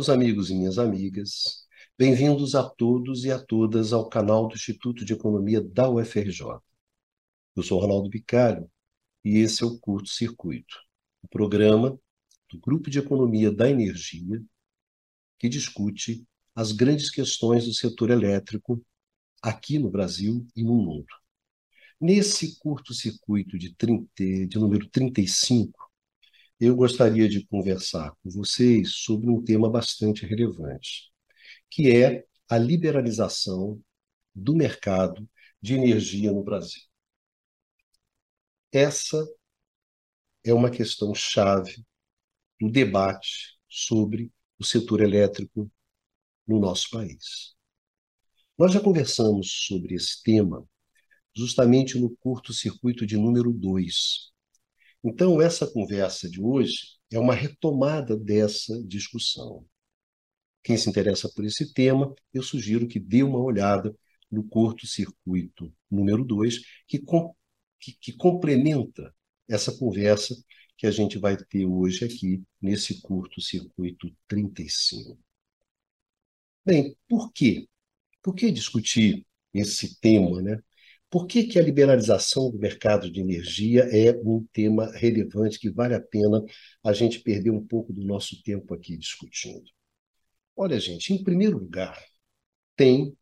Meus amigos e minhas amigas, bem-vindos a todos e a todas ao canal do Instituto de Economia da UFRJ. Eu sou Ronaldo Bicalho e esse é o Curto Circuito, o programa do Grupo de Economia da Energia que discute as grandes questões do setor elétrico aqui no Brasil e no mundo. Nesse curto-circuito de número 35, eu gostaria de conversar com vocês sobre um tema bastante relevante, que é a liberalização do mercado de energia no Brasil. Essa é uma questão chave do debate sobre o setor elétrico no nosso país. Nós já conversamos sobre esse tema justamente no curto-circuito de número 2. Então, essa conversa de hoje é uma retomada dessa discussão. Quem se interessa por esse tema, eu sugiro que dê uma olhada no curto-circuito número 2, que complementa essa conversa que a gente vai ter hoje aqui nesse curto-circuito 35. Bem, por quê? Por que discutir esse tema, né? Por que a liberalização do mercado de energia é um tema relevante que vale a pena a gente perder um pouco do nosso tempo aqui discutindo? Olha, gente, em primeiro lugar, tem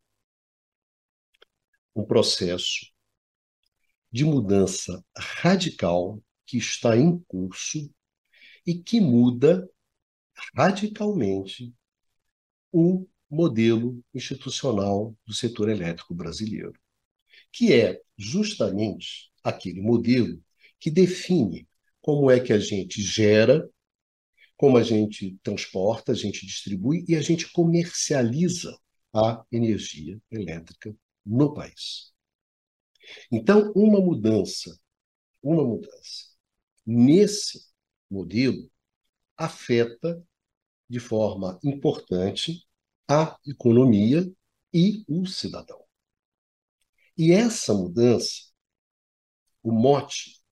um processo de mudança radical que está em curso e que muda radicalmente o modelo institucional do setor elétrico brasileiro, que é justamente aquele modelo que define como é que a gente gera, como a gente transporta, a gente distribui e a gente comercializa a energia elétrica no país. Então, uma mudança nesse modelo afeta de forma importante a economia e o cidadão. E essa mudança, o mote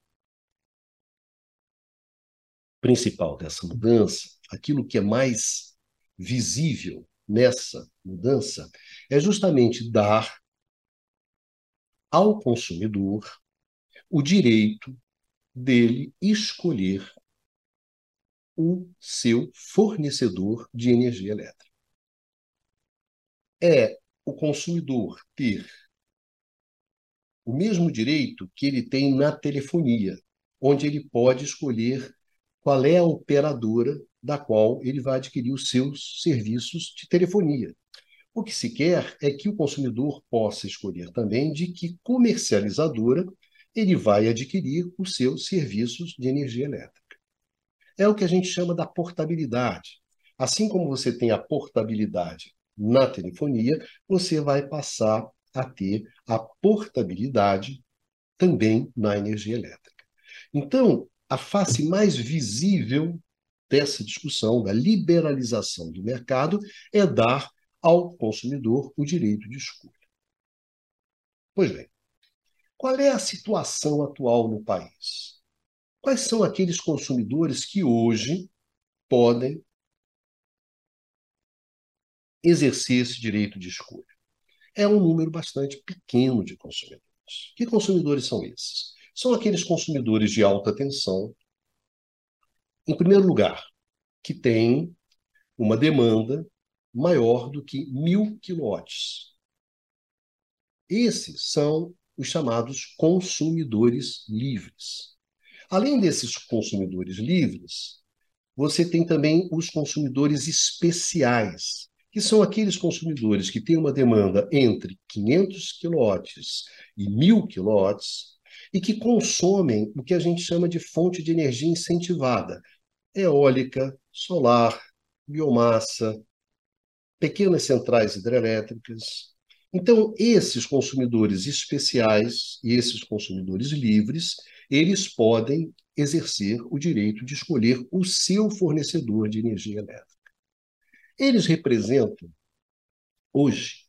principal dessa mudança, aquilo que é mais visível nessa mudança, é justamente dar ao consumidor o direito dele escolher o seu fornecedor de energia elétrica. É o consumidor ter o mesmo direito que ele tem na telefonia, onde ele pode escolher qual é a operadora da qual ele vai adquirir os seus serviços de telefonia. O que se quer é que o consumidor possa escolher também de que comercializadora ele vai adquirir os seus serviços de energia elétrica. É o que a gente chama da portabilidade. Assim como você tem a portabilidade na telefonia, você vai passar a ter a portabilidade também na energia elétrica. Então, a face mais visível dessa discussão, da liberalização do mercado, é dar ao consumidor o direito de escolha. Pois bem, qual é a situação atual no país? Quais são aqueles consumidores que hoje podem exercer esse direito de escolha? É um número bastante pequeno de consumidores. Que consumidores são esses? São aqueles consumidores de alta tensão, em primeiro lugar, que têm uma demanda maior do que 1.000 quilowatts. Esses são os chamados consumidores livres. Além desses consumidores livres, você tem também os consumidores especiais, que são aqueles consumidores que têm uma demanda entre 500 quilowatts e 1.000 quilowatts e que consomem o que a gente chama de fonte de energia incentivada, eólica, solar, biomassa, pequenas centrais hidrelétricas. Então, esses consumidores especiais e esses consumidores livres, eles podem exercer o direito de escolher o seu fornecedor de energia elétrica. Eles representam, hoje,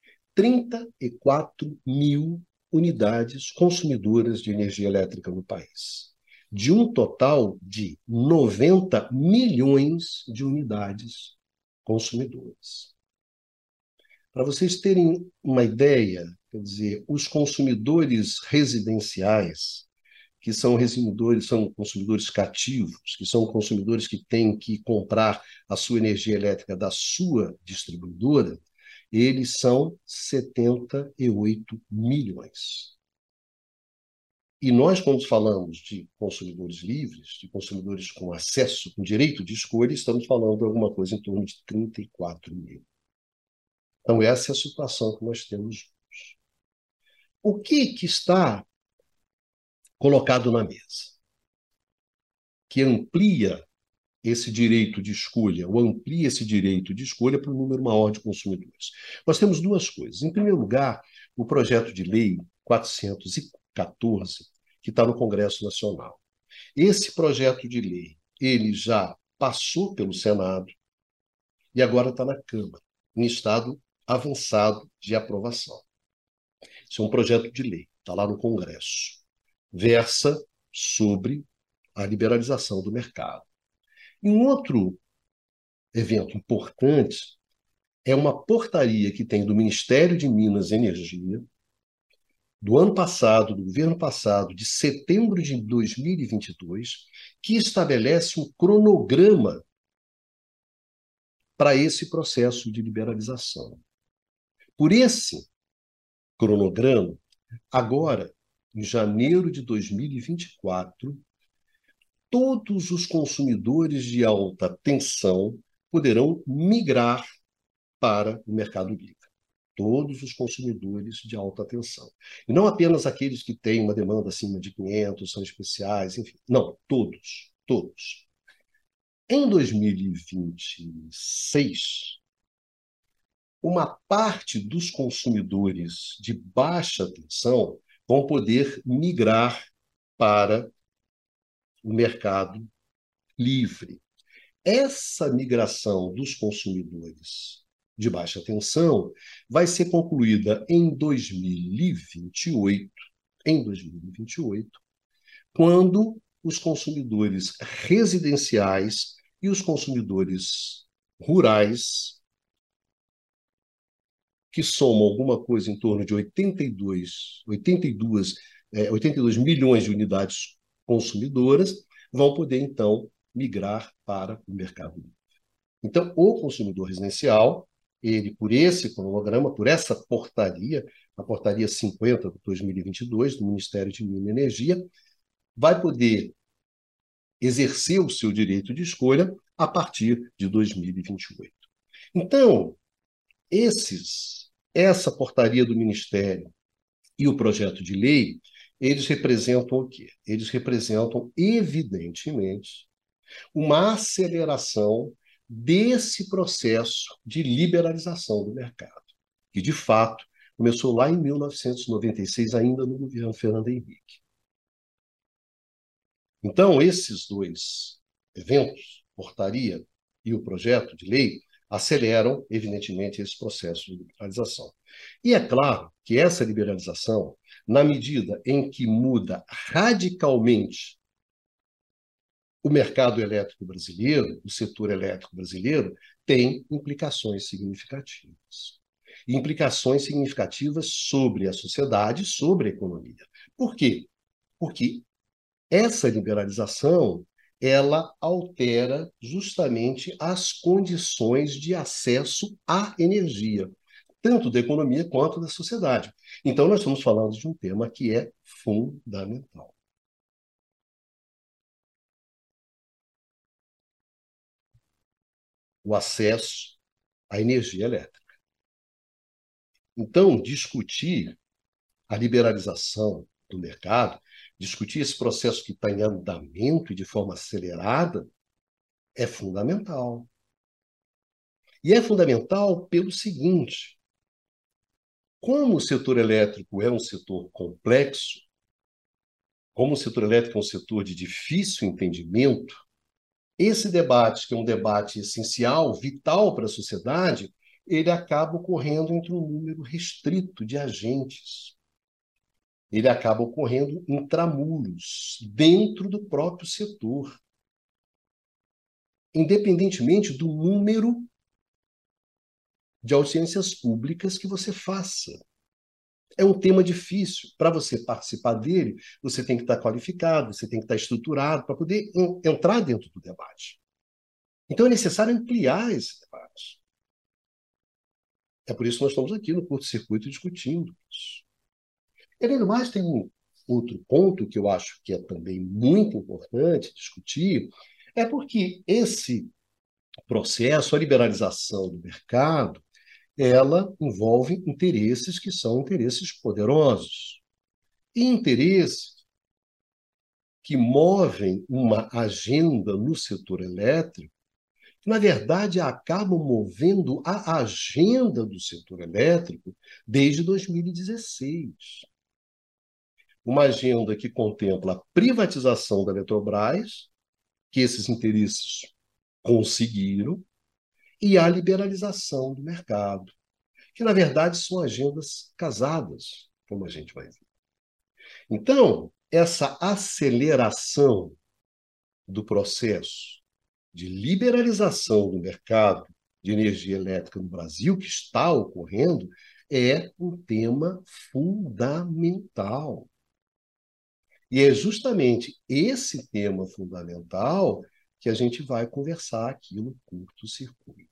34.000 unidades consumidoras de energia elétrica no país, de um total de 90 milhões de unidades consumidores. Para vocês terem uma ideia, quer dizer, os consumidores residenciais, que são consumidores cativos, que são consumidores que têm que comprar a sua energia elétrica da sua distribuidora, eles são 78 milhões. E nós, quando falamos de consumidores livres, de consumidores com acesso, com direito de escolha, estamos falando de alguma coisa em torno de 34 mil. Então, essa é a situação que nós temos. O que está colocado na mesa? Que amplia esse direito de escolha, ou amplia esse direito de escolha para um número maior de consumidores. Nós temos duas coisas. Em primeiro lugar, o projeto de lei 414, que está no Congresso Nacional. Esse projeto de lei, ele já passou pelo Senado e agora está na Câmara, em estado avançado de aprovação. Isso é um projeto de lei, está lá no Congresso. Versa sobre a liberalização do mercado. E um outro evento importante é uma portaria que tem do Ministério de Minas e Energia, do ano passado, do governo passado, de setembro de 2022, que estabelece um cronograma para esse processo de liberalização. Por esse cronograma, agora, em janeiro de 2024, todos os consumidores de alta tensão poderão migrar para o mercado livre. Todos os consumidores de alta tensão. E não apenas aqueles que têm uma demanda acima de 500, são especiais, enfim. Não, todos. Todos. Em 2026, uma parte dos consumidores de baixa tensão vão poder migrar para o mercado livre. Essa migração dos consumidores de baixa tensão vai ser concluída em 2028, quando os consumidores residenciais e os consumidores rurais, que somam alguma coisa em torno de 82 milhões de unidades consumidoras, vão poder, então, migrar para o mercado livre. Então, o consumidor residencial, ele, por esse cronograma, por essa portaria, a portaria 50 de 2022, do Ministério de Minas e Energia, vai poder exercer o seu direito de escolha a partir de 2028. Então, essa portaria do Ministério e o projeto de lei, eles representam o quê? Eles representam, evidentemente, uma aceleração desse processo de liberalização do mercado, que, de fato, começou lá em 1996, ainda no governo Fernando Henrique. Então, esses dois eventos, portaria e o projeto de lei, aceleram, evidentemente, esse processo de liberalização. E é claro que essa liberalização, na medida em que muda radicalmente o mercado elétrico brasileiro, o setor elétrico brasileiro, tem implicações significativas. Implicações significativas sobre a sociedade, sobre a economia. Por quê? Porque essa liberalização, ela altera justamente as condições de acesso à energia, tanto da economia quanto da sociedade. Então, nós estamos falando de um tema que é fundamental. O acesso à energia elétrica. Então, discutir a liberalização do mercado, discutir esse processo que está em andamento e de forma acelerada, é fundamental. E é fundamental pelo seguinte: como o setor elétrico é um setor complexo, como o setor elétrico é um setor de difícil entendimento, esse debate, que é um debate essencial, vital para a sociedade, ele acaba ocorrendo entre um número restrito de agentes. Ele acaba ocorrendo intramuros, dentro do próprio setor. Independentemente do número de audiências públicas que você faça. É um tema difícil. Para você participar dele, você tem que estar qualificado, você tem que estar estruturado para poder entrar dentro do debate. Então, é necessário ampliar esse debate. É por isso que nós estamos aqui no curto-circuito discutindo isso. E, além do mais, tem um outro ponto que eu acho que é também muito importante discutir, é porque esse processo, a liberalização do mercado, ela envolve interesses que são interesses poderosos. E interesses que movem uma agenda no setor elétrico, que, na verdade, acabam movendo a agenda do setor elétrico desde 2016. Uma agenda que contempla a privatização da Eletrobras, que esses interesses conseguiram, e a liberalização do mercado, que, na verdade, são agendas casadas, como a gente vai ver. Então, essa aceleração do processo de liberalização do mercado de energia elétrica no Brasil, que está ocorrendo, é um tema fundamental. E é justamente esse tema fundamental que a gente vai conversar aqui no curto-circuito.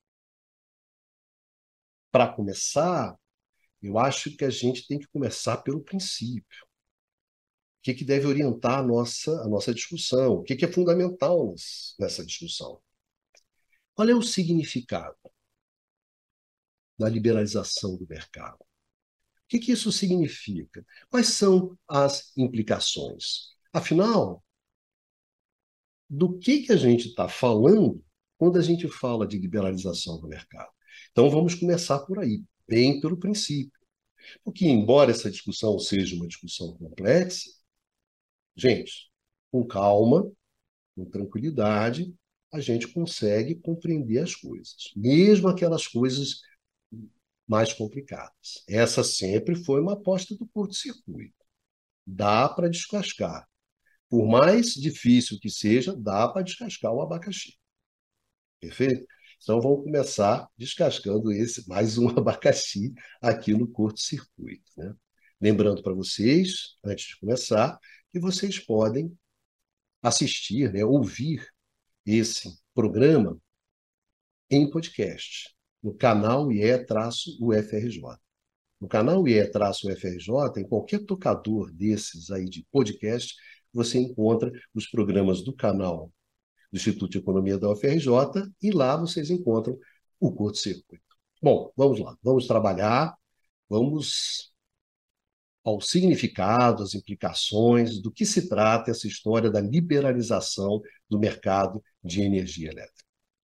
Para começar, eu acho que a gente tem que começar pelo princípio. O que deve orientar a nossa discussão? O que é fundamental nessa discussão? Qual é o significado da liberalização do mercado? O que isso significa? Quais são as implicações? Afinal, do que a gente está falando quando a gente fala de liberalização do mercado? Então, vamos começar por aí, bem pelo princípio. Porque, embora essa discussão seja uma discussão complexa, gente, com calma, com tranquilidade, a gente consegue compreender as coisas, mesmo aquelas coisas mais complicadas. Essa sempre foi uma aposta do curto-circuito. Dá para descascar. Por mais difícil que seja, dá para descascar o abacaxi. Perfeito? Então vamos começar descascando esse mais um abacaxi aqui no curto-circuito, né? Lembrando para vocês, antes de começar, que vocês podem assistir, né, ouvir esse programa em podcast, no canal IE-UFRJ. No canal IE-UFRJ, em qualquer tocador desses aí de podcast, você encontra os programas do canal do Instituto de Economia da UFRJ e lá vocês encontram o curto-circuito. Bom, vamos lá, vamos trabalhar, vamos ao significado, às implicações do que se trata essa história da liberalização do mercado de energia elétrica.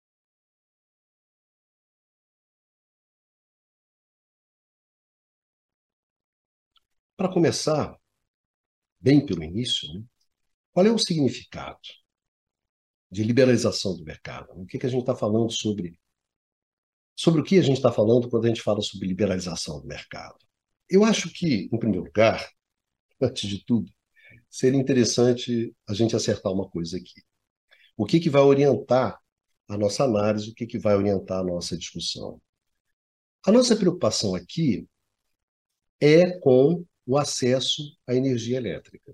Para começar, bem pelo início, né, qual é o significado de liberalização do mercado? O que a gente está falando sobre o que a gente está falando quando a gente fala sobre liberalização do mercado? Eu acho que, em primeiro lugar, antes de tudo, seria interessante a gente acertar uma coisa aqui. O que vai orientar a nossa análise, o que vai orientar a nossa discussão? A nossa preocupação aqui é com o acesso à energia elétrica.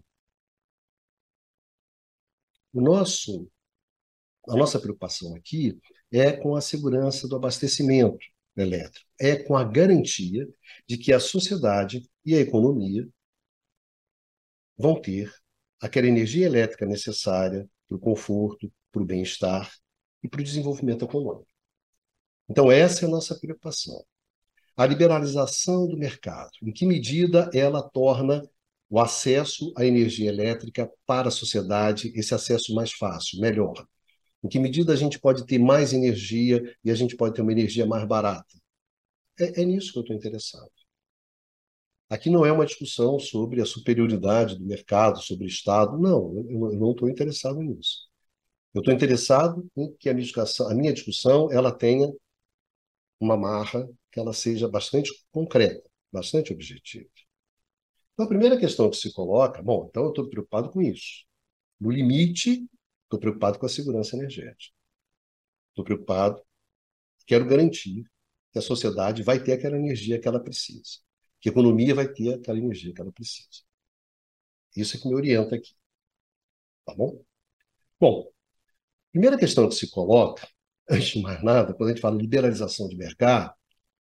A nossa preocupação aqui é com a segurança do abastecimento elétrico, é com a garantia de que a sociedade e a economia vão ter aquela energia elétrica necessária para o conforto, para o bem-estar e para o desenvolvimento econômico. Então, essa é a nossa preocupação. A liberalização do mercado, em que medida ela torna o acesso à energia elétrica para a sociedade, esse acesso mais fácil, melhor? Em que medida a gente pode ter mais energia e a gente pode ter uma energia mais barata? É nisso que eu estou interessado. Aqui não é uma discussão sobre a superioridade do mercado, sobre o Estado. Não, eu não estou interessado nisso. Eu estou interessado em que a minha discussão ela tenha uma marra, que ela seja bastante concreta, bastante objetiva. Então, a primeira questão que se coloca, bom, então eu estou preocupado com isso. No limite, estou preocupado com a segurança energética. Estou preocupado, quero garantir que a sociedade vai ter aquela energia que ela precisa, que a economia vai ter aquela energia que ela precisa. Isso é que me orienta aqui, tá bom? Bom, primeira questão que se coloca, antes de mais nada, quando a gente fala liberalização de mercado,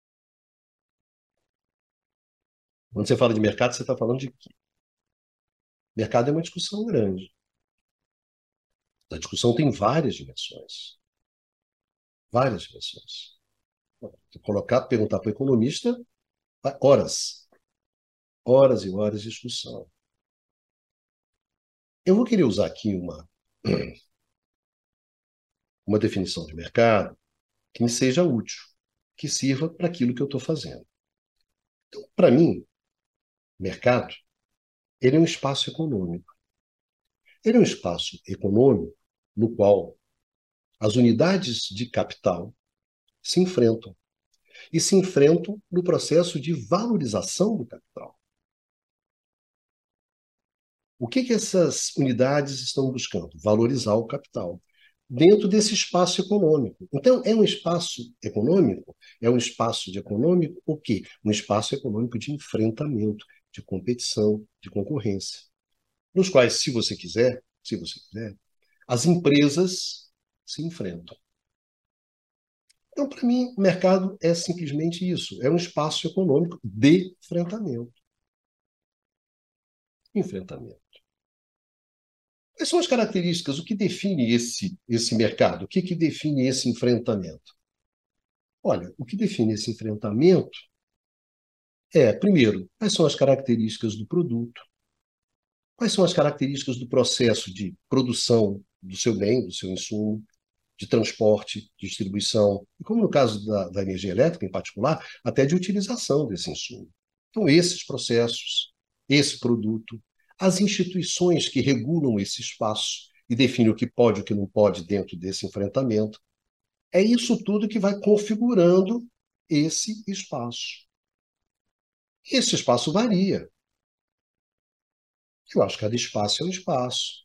quando você fala de mercado, você está falando de quê? Mercado é uma discussão grande. A discussão tem várias dimensões. Várias dimensões. Colocar, perguntar para o economista, horas. Horas e horas de discussão. Eu vou querer usar aqui uma definição de mercado que me seja útil, que sirva para aquilo que eu estou fazendo. Então, para mim, mercado, ele é um espaço econômico. Ele é um espaço econômico no qual as unidades de capital se enfrentam. E se enfrentam no processo de valorização do capital. O que essas unidades estão buscando? Valorizar o capital dentro desse espaço econômico. Então, é um espaço econômico? É um espaço de econômico o quê? Um espaço econômico de enfrentamento, de competição, de concorrência, nos quais, se você quiser, as empresas se enfrentam. Então, para mim, o mercado é simplesmente isso, é um espaço econômico de enfrentamento. Enfrentamento. Quais são as características? O que define esse mercado? O que define esse enfrentamento? Olha, o que define esse enfrentamento é, primeiro, quais são as características do produto? Quais são as características do processo de produção do seu bem, do seu insumo, de transporte, distribuição, e como no caso da energia elétrica, em particular, até de utilização desse insumo. Então, esses processos, esse produto, as instituições que regulam esse espaço e definem o que pode e o que não pode dentro desse enfrentamento, é isso tudo que vai configurando esse espaço. Esse espaço varia. Eu acho que cada espaço é um espaço.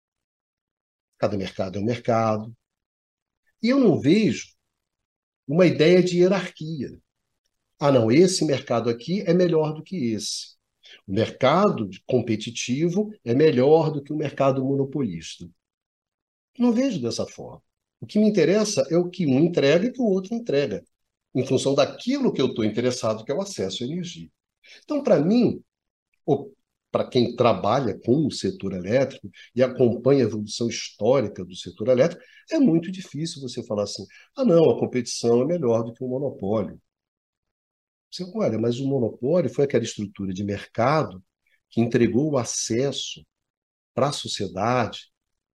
Cada mercado é um mercado. E eu não vejo uma ideia de hierarquia. Ah, não, esse mercado aqui é melhor do que esse. O mercado competitivo é melhor do que o mercado monopolista. Não vejo dessa forma. O que me interessa é o que um entrega e o que o outro entrega, em função daquilo que eu estou interessado, que é o acesso à energia. Então, para mim, ou para quem trabalha com o setor elétrico e acompanha a evolução histórica do setor elétrico, é muito difícil você falar assim: ah, não, a competição é melhor do que o monopólio. Você olha, mas o monopólio foi aquela estrutura de mercado que entregou o acesso para a sociedade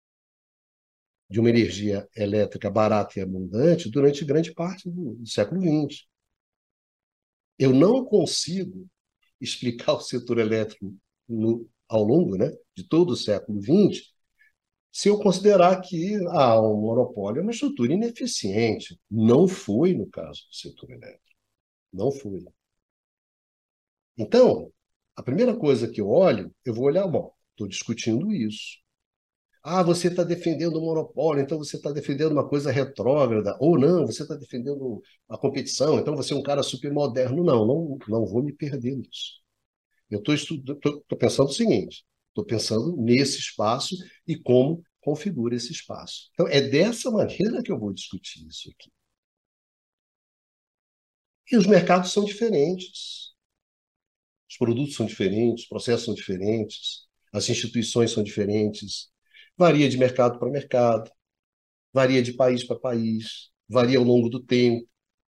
de uma energia elétrica barata e abundante durante grande parte do século XX. Eu não consigo explicar o setor elétrico ao longo, né, de todo o século XX se eu considerar que o monopólio é uma estrutura ineficiente. Não foi no caso do setor elétrico. Não foi. Então, a primeira coisa que eu olho, eu vou olhar, bom, estou discutindo isso. Ah, você está defendendo o monopólio, então você está defendendo uma coisa retrógrada. Ou não, você está defendendo a competição, então você é um cara super moderno. Não vou me perder nisso. Eu estou pensando o seguinte, estou pensando nesse espaço e como configura esse espaço. Então, é dessa maneira que eu vou discutir isso aqui. E os mercados são diferentes. Os produtos são diferentes, os processos são diferentes, as instituições são diferentes. Varia de mercado para mercado, varia de país para país, varia ao longo do tempo.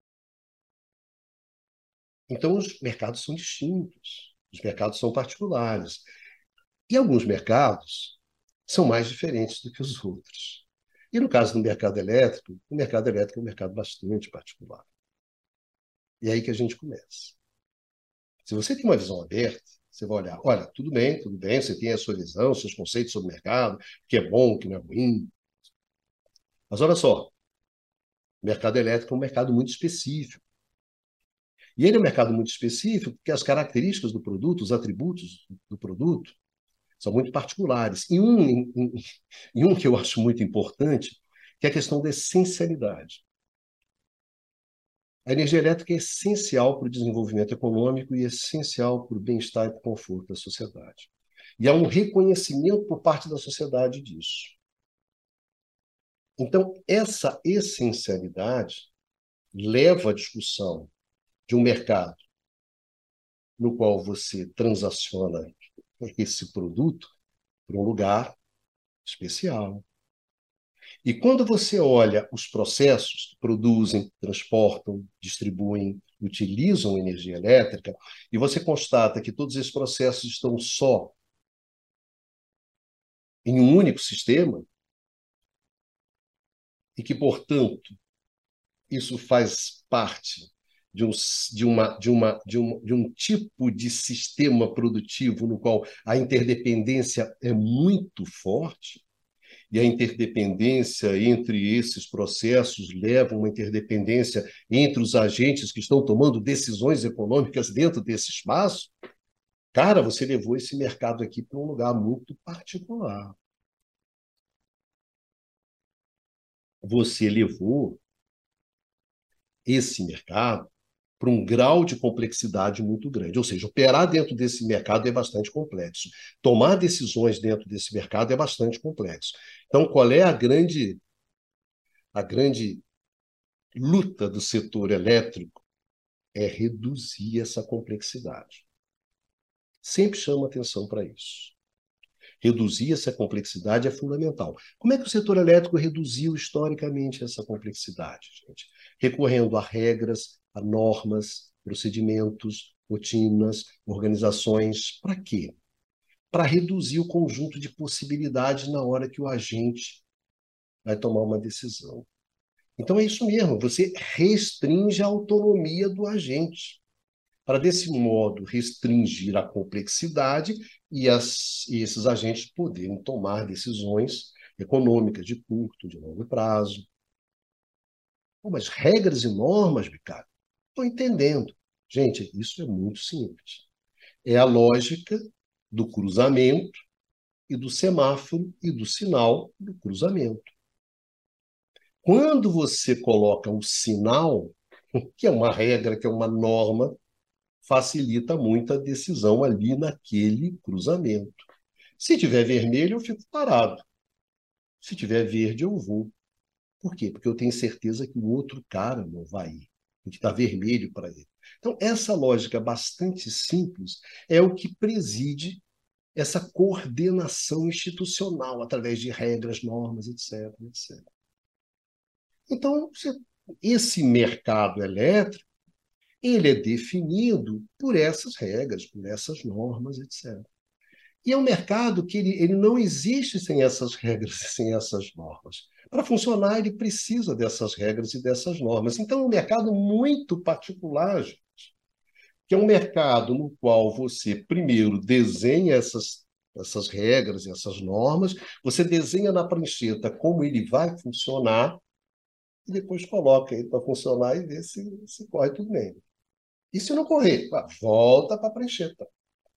Então, os mercados são distintos, os mercados são particulares. E alguns mercados são mais diferentes do que os outros. E no caso do mercado elétrico, o mercado elétrico é um mercado bastante particular. E é aí que a gente começa. Se você tem uma visão aberta, você vai olhar, olha, tudo bem, você tem a sua visão, seus conceitos sobre o mercado, o que é bom, o que não é ruim. Mas olha só, o mercado elétrico é um mercado muito específico. E ele é um mercado muito específico porque as características do produto, os atributos do produto, são muito particulares. E um que eu acho muito importante, que é a questão da essencialidade. A energia elétrica é essencial para o desenvolvimento econômico e essencial para o bem-estar e para o conforto da sociedade. E há um reconhecimento por parte da sociedade disso. Então, essa essencialidade leva à discussão de um mercado no qual você transaciona esse produto para um lugar especial. E quando você olha os processos que produzem, transportam, distribuem, utilizam energia elétrica, e você constata que todos esses processos estão só em um único sistema, e que, portanto, isso faz parte de um tipo de sistema produtivo no qual a interdependência é muito forte, e a interdependência entre esses processos leva uma interdependência entre os agentes que estão tomando decisões econômicas dentro desse espaço, cara, você levou esse mercado aqui para um lugar muito particular. Você levou esse mercado para um grau de complexidade muito grande. Ou seja, operar dentro desse mercado é bastante complexo. Tomar decisões dentro desse mercado é bastante complexo. Então, qual é a grande luta do setor elétrico? É reduzir essa complexidade. Sempre chama atenção para isso. Reduzir essa complexidade é fundamental. Como é que o setor elétrico reduziu historicamente essa complexidade, gente? Recorrendo a regras, a normas, procedimentos, rotinas, organizações. Para quê? Para reduzir o conjunto de possibilidades na hora que o agente vai tomar uma decisão. Então é isso mesmo, você restringe a autonomia do agente, para desse modo restringir a complexidade e esses agentes poderem tomar decisões econômicas de curto, de longo prazo. Pô, mas regras e normas, Ricardo? Estou entendendo. Gente, isso é muito simples. É a lógica do cruzamento e do semáforo e do sinal do cruzamento. Quando você coloca o sinal, que é uma regra, que é uma norma, facilita muito a decisão ali naquele cruzamento. Se tiver vermelho, eu fico parado. Se tiver verde, eu vou. Por quê? Porque eu tenho certeza que o outro cara não vai ir, porque está vermelho para ele. Então, essa lógica bastante simples é o que preside essa coordenação institucional através de regras, normas, etc, etc. Então, esse mercado elétrico, ele é definido por essas regras, por essas normas, etc. E é um mercado que ele não existe sem essas regras e sem essas normas. Para funcionar, ele precisa dessas regras e dessas normas. Então, é um mercado muito particular, gente, que é um mercado no qual você, primeiro, desenha essas regras e essas normas, você desenha na prancheta como ele vai funcionar e depois coloca ele para funcionar e vê se corre tudo bem. E se não correr, volta para a prancheta.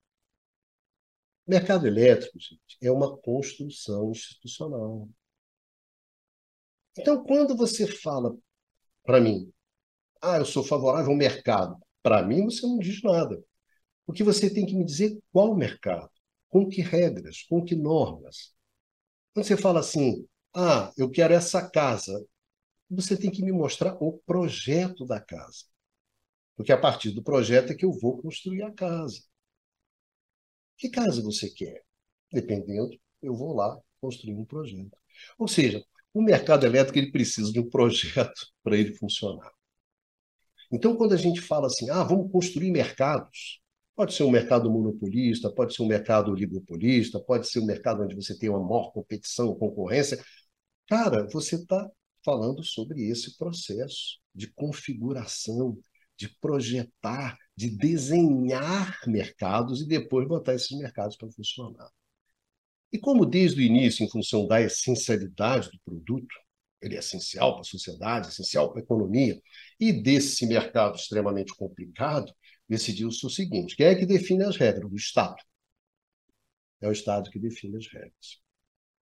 Mercado elétrico, gente, é uma construção institucional. Então, quando você fala para mim, eu sou favorável ao mercado, para mim você não diz nada. Porque você tem que me dizer qual mercado, com que regras, com que normas. Quando você fala assim, eu quero essa casa, você tem que me mostrar o projeto da casa. Porque a partir do projeto é que eu vou construir a casa. Que casa você quer? Dependendo, eu vou lá construir um projeto. Ou seja, o mercado elétrico ele precisa de um projeto para ele funcionar. Então, quando a gente fala assim, vamos construir mercados, pode ser um mercado monopolista, pode ser um mercado oligopolista, pode ser um mercado onde você tem uma maior competição, concorrência. Cara, você está falando sobre esse processo de configuração, de projetar, de desenhar mercados e depois botar esses mercados para funcionar. E como desde o início, em função da essencialidade do produto, ele é essencial para a sociedade, essencial para a economia, e desse mercado extremamente complicado, decidiu-se o seguinte: quem é que define as regras? O Estado. É o Estado que define as regras.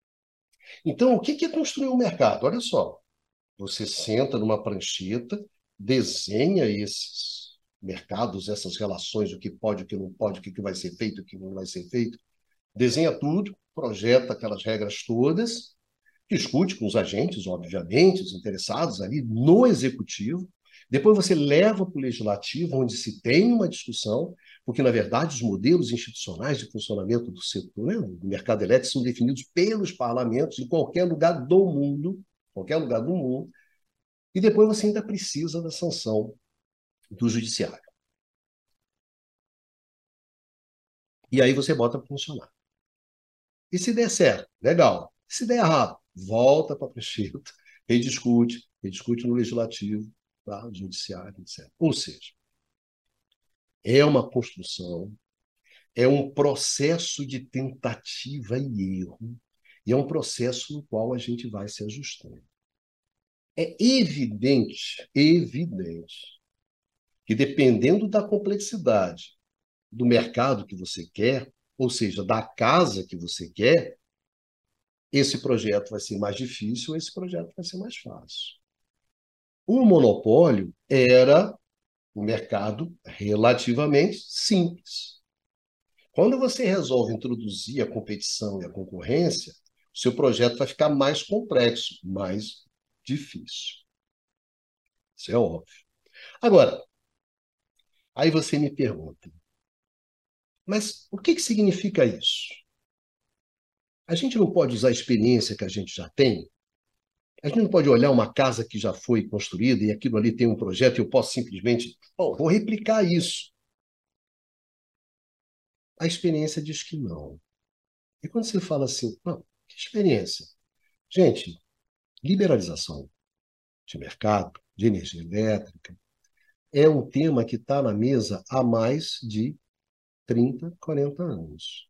Então, o que é construir um mercado? Olha só, você senta numa prancheta, desenha esses mercados, essas relações, o que pode, o que não pode, o que vai ser feito, o que não vai ser feito, desenha tudo, projeta aquelas regras todas, discute com os agentes, obviamente, os interessados ali no executivo. Depois você leva para o legislativo, onde se tem uma discussão, porque, na verdade, os modelos institucionais de funcionamento do setor, né, do mercado elétrico, são definidos pelos parlamentos em qualquer lugar do mundo, e depois você ainda precisa da sanção do judiciário. E aí você bota para funcionar. E se der certo, legal. Se der errado, volta para a Prancheta, rediscute no legislativo, tá? No judiciário, etc. Ou seja, é uma construção, é um processo de tentativa e erro, e é um processo no qual a gente vai se ajustando. É evidente, que dependendo da complexidade do mercado que você quer, ou seja, da casa que você quer, esse projeto vai ser mais difícil, esse projeto vai ser mais fácil. O monopólio era um mercado relativamente simples. Quando você resolve introduzir a competição e a concorrência, o seu projeto vai ficar mais complexo, mais difícil. Isso é óbvio. Agora, aí você me pergunta, mas o que significa isso? A gente não pode usar a experiência que a gente já tem? A gente não pode olhar uma casa que já foi construída e aquilo ali tem um projeto e eu posso simplesmente, vou replicar isso. A experiência diz que não. E quando você fala assim, não, que experiência? Gente, liberalização de mercado, de energia elétrica, é um tema que está na mesa há mais de 30, 40 anos.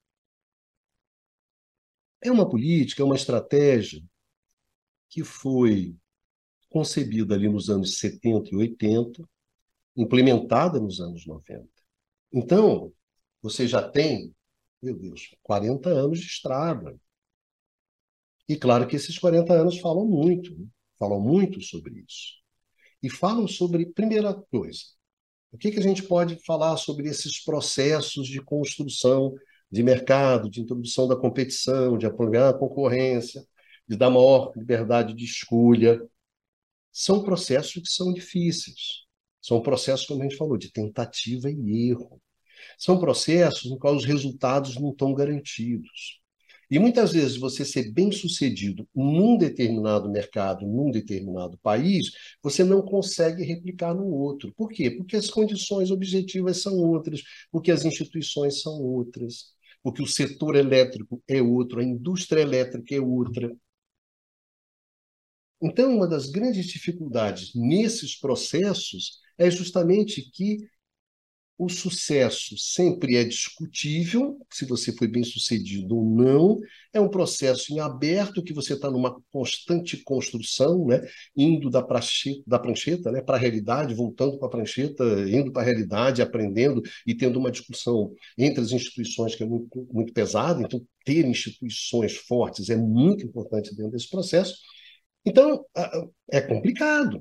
É uma política, é uma estratégia que foi concebida ali nos anos 70 e 80, implementada nos anos 90. Então, você já tem, meu Deus, 40 anos de estrada. E claro que esses 40 anos falam muito sobre isso. E falam sobre, primeira coisa, o que a gente pode falar sobre esses processos de construção de mercado, de introdução da competição, de apoiar a concorrência, de dar maior liberdade de escolha. São processos que são difíceis. São processos, como a gente falou, de tentativa e erro. São processos no qual os resultados não estão garantidos. E muitas vezes você ser bem-sucedido num determinado mercado, num determinado país, você não consegue replicar no outro. Por quê? Porque as condições objetivas são outras, porque as instituições são outras, porque o setor elétrico é outro, a indústria elétrica é outra. Então, uma das grandes dificuldades nesses processos é justamente que o sucesso sempre é discutível, se você foi bem-sucedido ou não. É um processo em aberto, que você está numa constante construção, né? Indo da prancheta, né? Para a realidade, voltando para a prancheta, indo para a realidade, aprendendo e tendo uma discussão entre as instituições que é muito, muito pesada. Então, ter instituições fortes é muito importante dentro desse processo. Então, é complicado.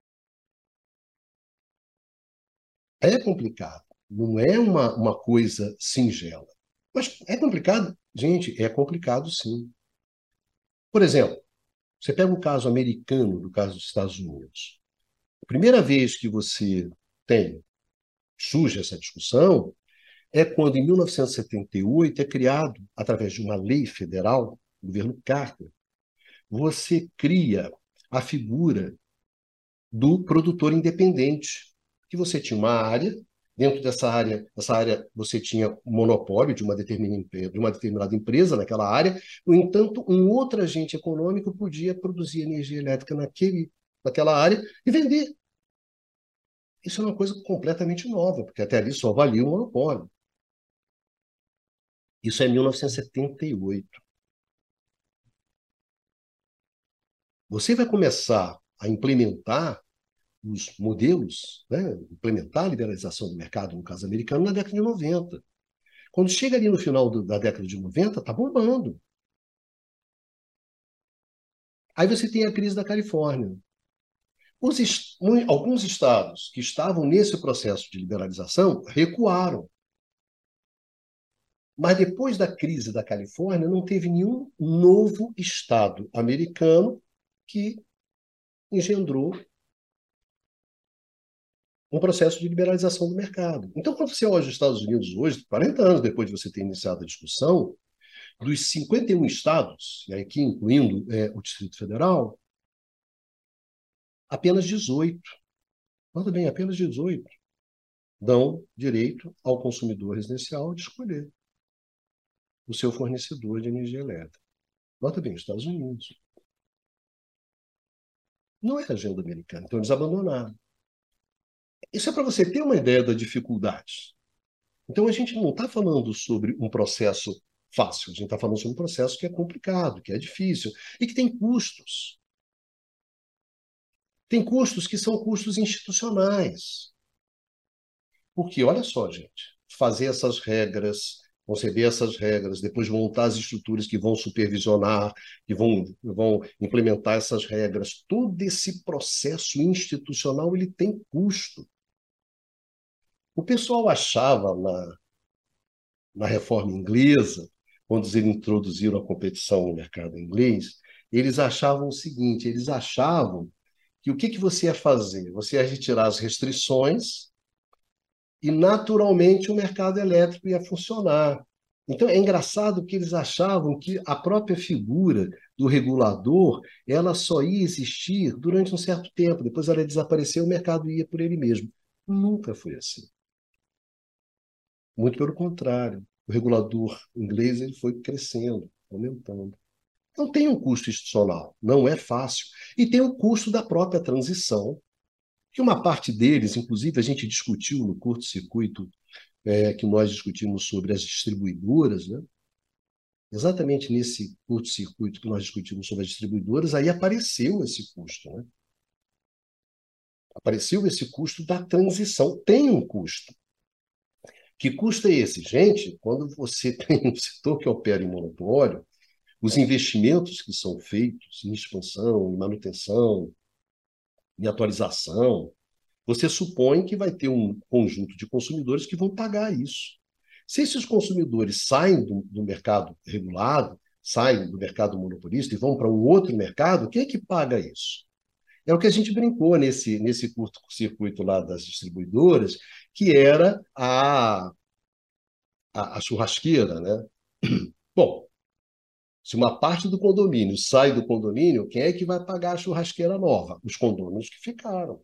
É complicado. Não é uma coisa singela. Mas é complicado? Gente, é complicado sim. Por exemplo, você pega um caso americano, do caso dos Estados Unidos. A primeira vez que você surge essa discussão é quando, em 1978, é criado, através de uma lei federal, o governo Carter, você cria a figura do produtor independente, que você tinha uma área, dentro dessa área, essa área você tinha o monopólio de uma determinada empresa naquela área, no entanto, um outro agente econômico podia produzir energia elétrica naquela área e vender. Isso é uma coisa completamente nova, porque até ali só valia o monopólio. Isso é 1978. Você vai começar a implementar os modelos, né, implementar a liberalização do mercado, no caso americano, na década de 90. Quando chega ali no final da década de 90, está bombando. Aí você tem a crise da Califórnia. Alguns estados que estavam nesse processo de liberalização recuaram. Mas depois da crise da Califórnia, não teve nenhum novo estado americano que engendrou um processo de liberalização do mercado. Então, quando você olha os Estados Unidos hoje, 40 anos depois de você ter iniciado a discussão, dos 51 estados, e aqui incluindo o Distrito Federal, apenas 18, nota bem, apenas 18 dão direito ao consumidor residencial de escolher o seu fornecedor de energia elétrica. Nota bem, os Estados Unidos. Não é a agenda americana, então eles abandonaram. Isso é para você ter uma ideia da dificuldade. Então a gente não está falando sobre um processo fácil, a gente está falando sobre um processo que é complicado, que é difícil e que tem custos. Tem custos que são custos institucionais. Porque, olha só, gente, fazer essas regras, conceber essas regras, depois montar as estruturas que vão supervisionar, que vão implementar essas regras, todo esse processo institucional ele tem custo. O pessoal achava na reforma inglesa, quando eles introduziram a competição no mercado inglês, eles achavam o seguinte, eles achavam que o que você ia fazer? Você ia retirar as restrições e, naturalmente, o mercado elétrico ia funcionar. Então, é engraçado que eles achavam que a própria figura do regulador ela só ia existir durante um certo tempo, depois ela ia desaparecer, o mercado ia por ele mesmo. Nunca foi assim. Muito pelo contrário. O regulador inglês ele foi crescendo, aumentando. Então, tem um custo institucional, não é fácil. E tem o custo da própria transição, que uma parte deles, inclusive, a gente discutiu no curto-circuito que nós discutimos sobre as distribuidoras, né? Exatamente nesse curto-circuito que nós discutimos sobre as distribuidoras, aí apareceu esse custo, né? Apareceu esse custo da transição. Tem um custo. Que custo é esse? Gente, quando você tem um setor que opera em monopólio, os investimentos que são feitos em expansão, em manutenção, em atualização, você supõe que vai ter um conjunto de consumidores que vão pagar isso. Se esses consumidores saem do mercado regulado, saem do mercado monopolista e vão para um outro mercado, quem é que paga isso? É o que a gente brincou nesse curto-circuito lá das distribuidoras, que era a churrasqueira, né? Bom, se uma parte do condomínio sai do condomínio, quem é que vai pagar a churrasqueira nova? Os condôminos que ficaram.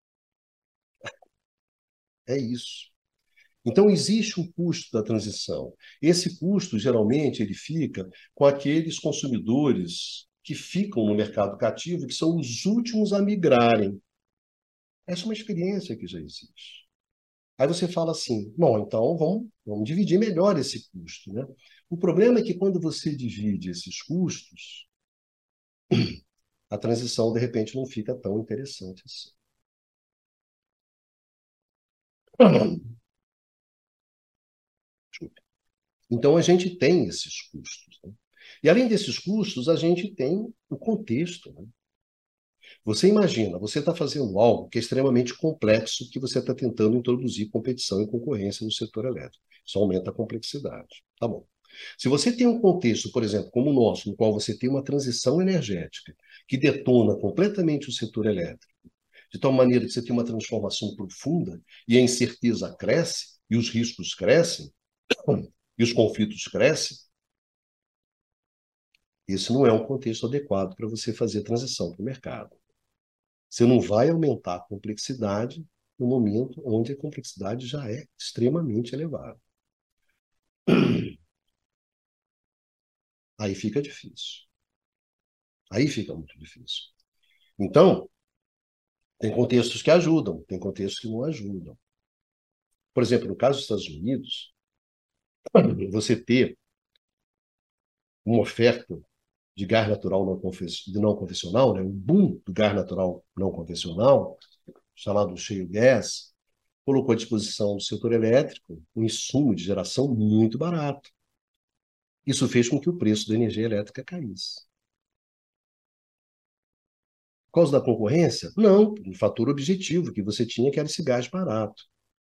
É isso. Então, existe um custo da transição. Esse custo, geralmente, ele fica com aqueles consumidores que ficam no mercado cativo, que são os últimos a migrarem. Essa é uma experiência que já existe. Aí você fala assim, bom, então vamos dividir melhor esse custo, né? O problema é que quando você divide esses custos, a transição, de repente, não fica tão interessante assim. Então, a gente tem esses custos, né? E, além desses custos, a gente tem o contexto, né? Você imagina, você está fazendo algo que é extremamente complexo, que você está tentando introduzir competição e concorrência no setor elétrico. Isso aumenta a complexidade. Tá bom. Se você tem um contexto, por exemplo, como o nosso, no qual você tem uma transição energética que detona completamente o setor elétrico, de tal maneira que você tem uma transformação profunda e a incerteza cresce e os riscos crescem e os conflitos crescem, esse não é um contexto adequado para você fazer transição para o mercado. Você não vai aumentar a complexidade no momento onde a complexidade já é extremamente elevada. Aí fica difícil. Aí fica muito difícil. Então, tem contextos que ajudam, tem contextos que não ajudam. Por exemplo, no caso dos Estados Unidos, você ter uma oferta de gás natural não convencional, né? Um boom do gás natural não convencional, chamado shale gas, colocou à disposição do setor elétrico um insumo de geração muito barato. Isso fez com que o preço da energia elétrica caísse. Por causa da concorrência? Não, um fator objetivo que você tinha, que era esse gás barato.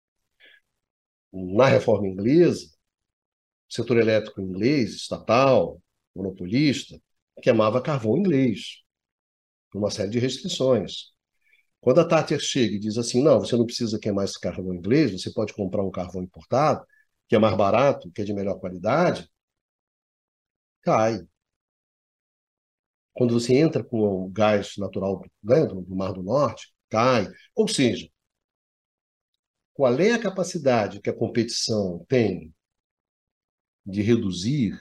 Na reforma inglesa, o setor elétrico inglês, estatal, monopolista, queimava carvão inglês, por uma série de restrições. Quando a Thatcher chega e diz assim, não, você não precisa queimar esse carvão inglês, você pode comprar um carvão importado, que é mais barato, que é de melhor qualidade, cai. Quando você entra com o gás natural, né, do Mar do Norte, cai. Ou seja, qual é a capacidade que a competição tem de reduzir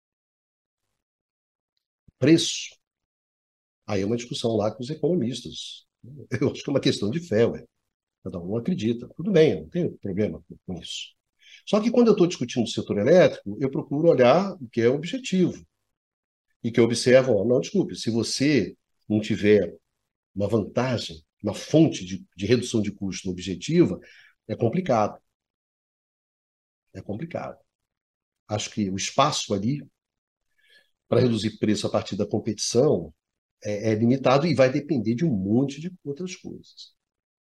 preço? Aí é uma discussão lá com os economistas. Eu acho que é uma questão de fé, ué. Cada um acredita. Tudo bem, eu não tenho problema com isso. Só que quando eu estou discutindo o setor elétrico, eu procuro olhar o que é objetivo. E que eu observo, ó, não, desculpe, se você não tiver uma vantagem, uma fonte de redução de custo objetiva, é complicado. É complicado. Acho que o espaço ali para reduzir preço a partir da competição é limitado e vai depender de um monte de outras coisas.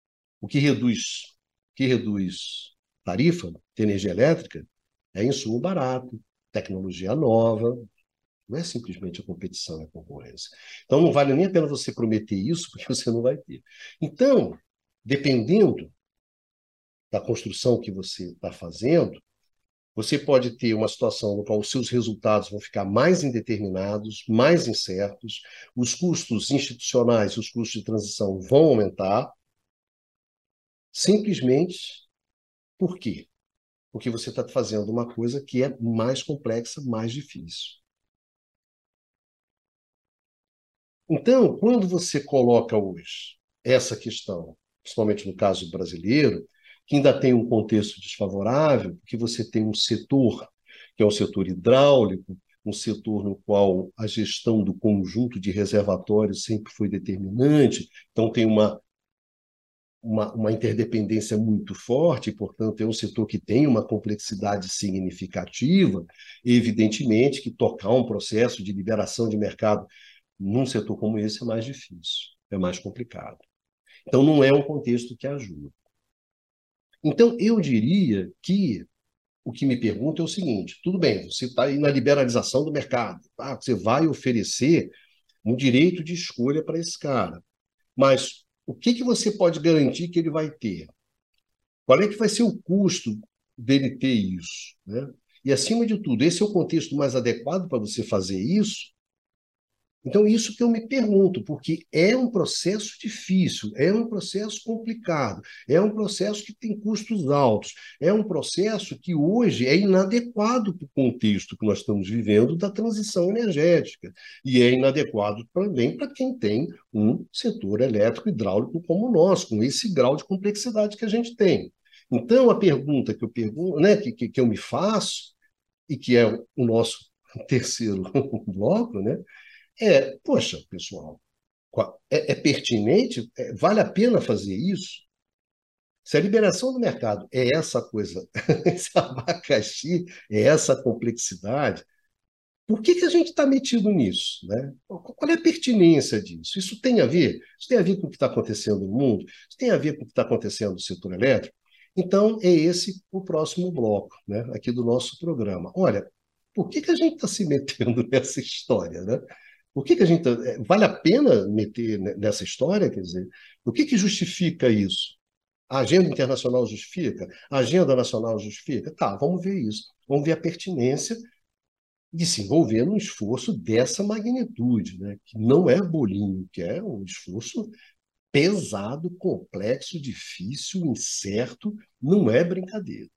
O que reduz tarifa de energia elétrica é insumo barato, tecnologia nova, não é simplesmente a competição, é a concorrência. Então, não vale nem a pena você prometer isso, porque você não vai ter. Então, dependendo da construção que você está fazendo, você pode ter uma situação no qual os seus resultados vão ficar mais indeterminados, mais incertos, os custos institucionais e os custos de transição vão aumentar, simplesmente por quê? Porque você está fazendo uma coisa que é mais complexa, mais difícil. Então, quando você coloca hoje essa questão, principalmente no caso brasileiro, que ainda tem um contexto desfavorável, que você tem um setor, que é o setor hidráulico, um setor no qual a gestão do conjunto de reservatórios sempre foi determinante, então tem uma interdependência muito forte, portanto, é um setor que tem uma complexidade significativa, e evidentemente que tocar um processo de liberação de mercado num setor como esse é mais difícil, é mais complicado. Então, não é um contexto que ajuda. Então, eu diria que o que me pergunta é o seguinte: tudo bem, você está aí na liberalização do mercado, tá? Você vai oferecer um direito de escolha para esse cara, mas o que você pode garantir que ele vai ter? Qual é que vai ser o custo dele ter isso? Né? E, acima de tudo, esse é o contexto mais adequado para você fazer isso? Então, isso que eu me pergunto, porque é um processo difícil, é um processo complicado, é um processo que tem custos altos, é um processo que hoje é inadequado para o contexto que nós estamos vivendo da transição energética, e é inadequado também para quem tem um setor elétrico hidráulico como o nosso, com esse grau de complexidade que a gente tem. Então, a pergunta que eu pergunto, né, que eu me faço, e que é o nosso terceiro bloco, né? Poxa, pessoal, é pertinente? Vale a pena fazer isso? Se a liberação do mercado é essa coisa, esse abacaxi, é essa complexidade, por que a gente está metido nisso? Né? Qual é a pertinência disso? Isso tem a ver? Isso tem a ver com o que está acontecendo no mundo? Isso tem a ver com o que está acontecendo no setor elétrico? Então, é esse o próximo bloco, né, aqui do nosso programa. Olha, por que a gente está se metendo nessa história? Né? Por que a gente vale a pena meter nessa história? Quer dizer, o que justifica isso? A agenda internacional justifica? A agenda nacional justifica? Tá, vamos ver isso. Vamos ver a pertinência de se envolver num esforço dessa magnitude, né? Que não é bolinho, que é um esforço pesado, complexo, difícil, incerto, não é brincadeira.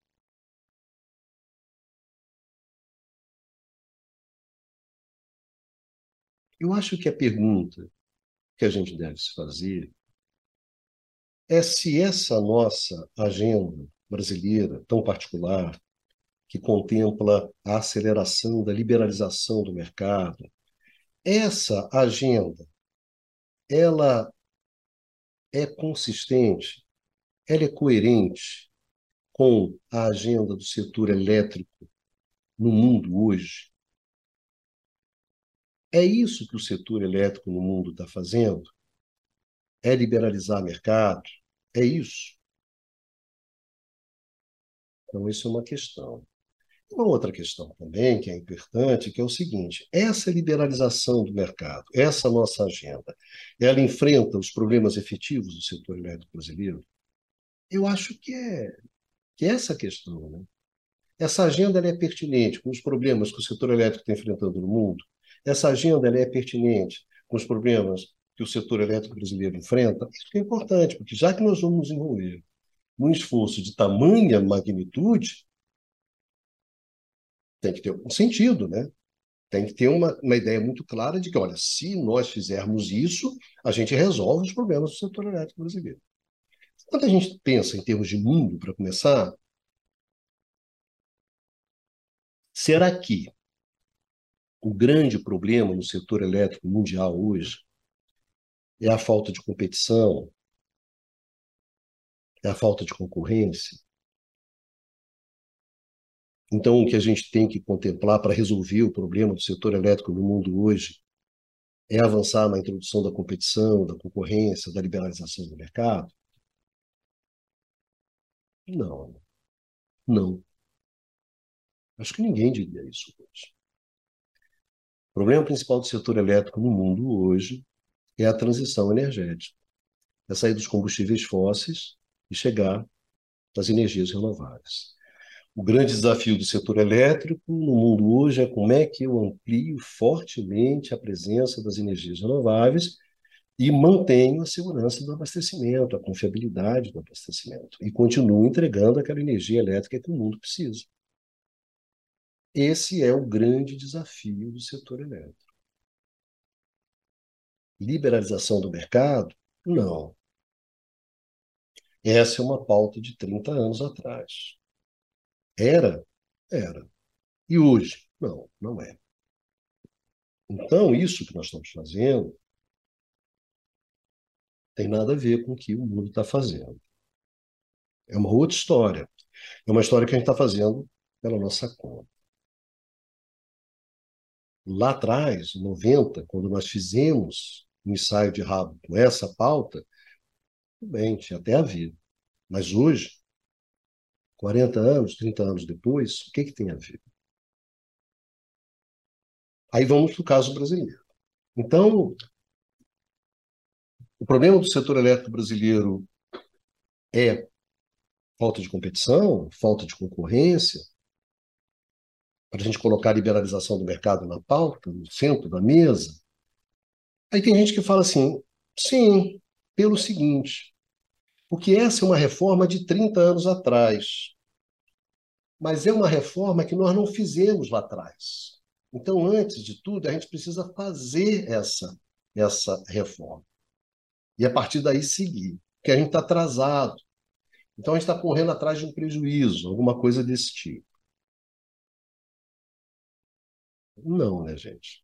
Eu acho que a pergunta que a gente deve se fazer é se essa nossa agenda brasileira tão particular, que contempla a aceleração da liberalização do mercado, essa agenda, ela é consistente, ela é coerente com a agenda do setor elétrico no mundo hoje? É isso que o setor elétrico no mundo está fazendo? É liberalizar mercado? É isso? Então, isso é uma questão. Uma outra questão também, que é importante, que é o seguinte: essa liberalização do mercado, essa nossa agenda, ela enfrenta os problemas efetivos do setor elétrico brasileiro? Eu acho que é essa a questão, né? Essa agenda ela é pertinente com os problemas que o setor elétrico está enfrentando no mundo? Essa agenda ela é pertinente com os problemas que o setor elétrico brasileiro enfrenta? Isso é importante, porque já que nós vamos nos envolver num esforço de tamanha magnitude, tem que ter um sentido, né? Tem que ter uma ideia muito clara de que, olha, se nós fizermos isso, a gente resolve os problemas do setor elétrico brasileiro. Quando a gente pensa em termos de mundo, para começar, será que o grande problema no setor elétrico mundial hoje é a falta de competição, é a falta de concorrência? Então, o que a gente tem que contemplar para resolver o problema do setor elétrico no mundo hoje é avançar na introdução da competição, da concorrência, da liberalização do mercado? Não, não. Acho que ninguém diria isso hoje. O problema principal do setor elétrico no mundo hoje é a transição energética. É sair dos combustíveis fósseis e chegar às energias renováveis. O grande desafio do setor elétrico no mundo hoje é como é que eu amplio fortemente a presença das energias renováveis e mantenho a segurança do abastecimento, a confiabilidade do abastecimento e continuo entregando aquela energia elétrica que o mundo precisa. Esse é o grande desafio do setor elétrico. Liberalização do mercado? Não. Essa é uma pauta de 30 anos atrás. Era? Era. E hoje? Não, não é. Então, isso que nós estamos fazendo tem nada a ver com o que o mundo está fazendo. É uma outra história. É uma história que a gente está fazendo pela nossa conta. Lá atrás, em 90, quando nós fizemos um ensaio de rabo com essa pauta, tudo bem, tinha até a ver. Mas hoje, 40 anos, 30 anos depois, o que, que tem a ver? Aí vamos para o caso brasileiro. Então, o problema do setor elétrico brasileiro é falta de competição, falta de concorrência, para a gente colocar a liberalização do mercado na pauta, no centro da mesa. Aí tem gente que fala assim, sim, pelo seguinte, porque essa é uma reforma de 30 anos atrás, mas é uma reforma que nós não fizemos lá atrás. Então, antes de tudo, a gente precisa fazer essa reforma. E a partir daí seguir, porque a gente está atrasado. Então, a gente está correndo atrás de um prejuízo, alguma coisa desse tipo. Não, né, gente?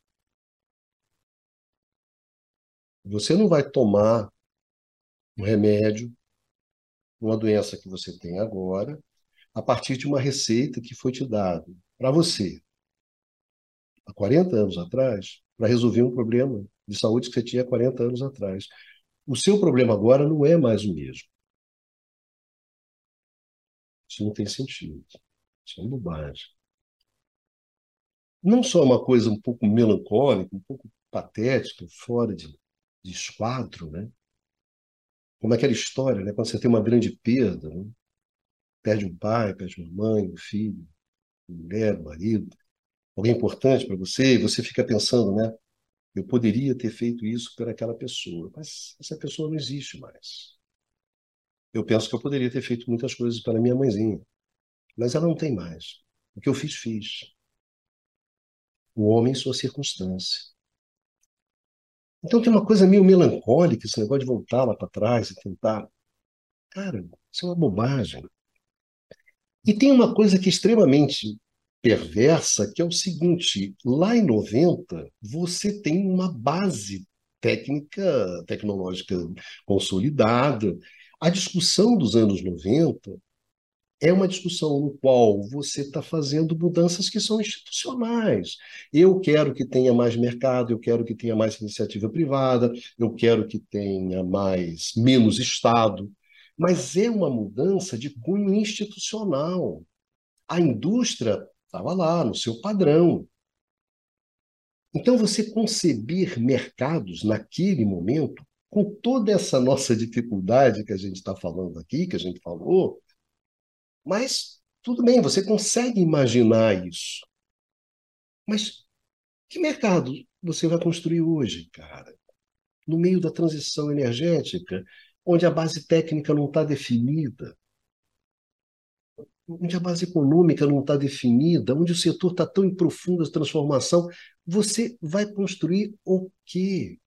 Você não vai tomar um remédio, uma doença que você tem agora, a partir de uma receita que foi te dada para você, há 40 anos atrás, para resolver um problema de saúde que você tinha há 40 anos atrás. O seu problema agora não é mais o mesmo. Isso não tem sentido. Isso é uma bobagem. Não só uma coisa um pouco melancólica, um pouco patética, fora de esquadro, né? Como aquela história, né? Quando você tem uma grande perda, né? Perde um pai, perde uma mãe, um filho, uma mulher, um marido, alguém importante para você, e você fica pensando, né? Eu poderia ter feito isso por aquela pessoa, mas essa pessoa não existe mais. Eu penso que eu poderia ter feito muitas coisas para minha mãezinha, mas ela não tem mais. O que eu fiz, fiz. O homem em sua circunstância. Então tem uma coisa meio melancólica, esse negócio de voltar lá para trás e tentar. Cara, isso é uma bobagem. E tem uma coisa que é extremamente perversa, que é o seguinte: lá em 90, você tem uma base técnica, tecnológica consolidada. A discussão dos anos 90 É uma discussão no qual você está fazendo mudanças que são institucionais. Eu quero que tenha mais mercado, eu quero que tenha mais iniciativa privada, eu quero que tenha menos Estado, mas é uma mudança de cunho institucional. A indústria estava lá, no seu padrão. Então, você conceber mercados naquele momento, com toda essa nossa dificuldade que a gente está falando aqui, que a gente falou, mas tudo bem, você consegue imaginar isso. Mas que mercado você vai construir hoje, cara? No meio da transição energética, onde a base técnica não está definida, onde a base econômica não está definida, onde o setor está tão em profunda transformação, você vai construir o quê?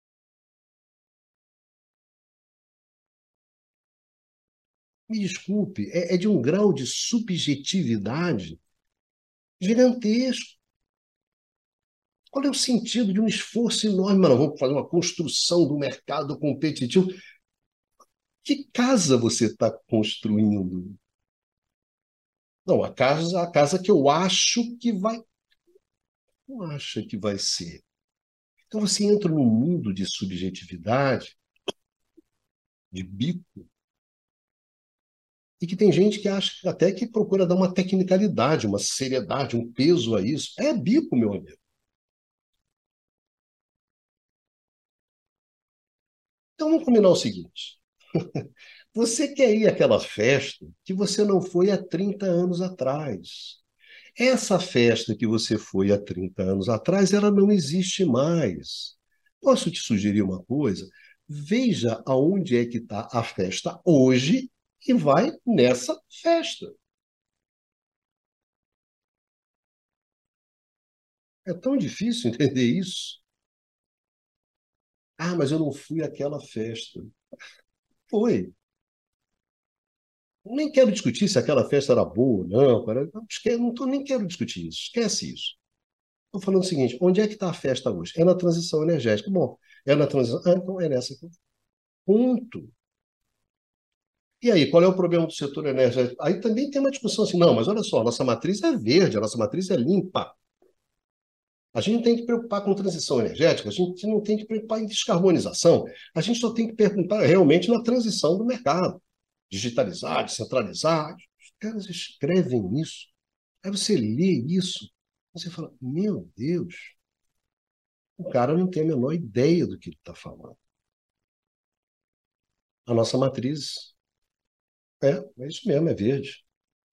Me desculpe, é de um grau de subjetividade gigantesco. Qual é o sentido de um esforço enorme? Mas nós vamos fazer uma construção do mercado competitivo. Que casa você está construindo? Não, a casa que eu acho que vai. Não acha que vai ser. Então você entra num mundo de subjetividade, de bico, e que tem gente que acha até que procura dar uma tecnicalidade, uma seriedade, um peso a isso. É bico, meu amigo. Então vamos combinar o seguinte: você quer ir àquela festa que você não foi há 30 anos atrás. Essa festa que você foi há 30 anos atrás, ela não existe mais. Posso te sugerir uma coisa? Veja aonde é que está a festa hoje e vai nessa festa. É tão difícil entender isso. Ah, mas eu não fui àquela festa. Foi. Nem quero discutir se aquela festa era boa ou não. Nem quero discutir isso. Esquece isso. Estou falando o seguinte: onde é que está a festa hoje? É na transição energética. Bom, é na transição. Ah, então é nessa aqui. Ponto. E aí, qual é o problema do setor energético? Aí também tem uma discussão assim: não, mas olha só, a nossa matriz é verde, a nossa matriz é limpa. A gente não tem que preocupar com transição energética, a gente não tem que preocupar em descarbonização, a gente só tem que perguntar realmente na transição do mercado. Digitalizar, descentralizar. Os caras escrevem isso. Aí você lê isso, você fala: meu Deus, o cara não tem a menor ideia do que ele está falando. A nossa matriz é isso mesmo, é verde.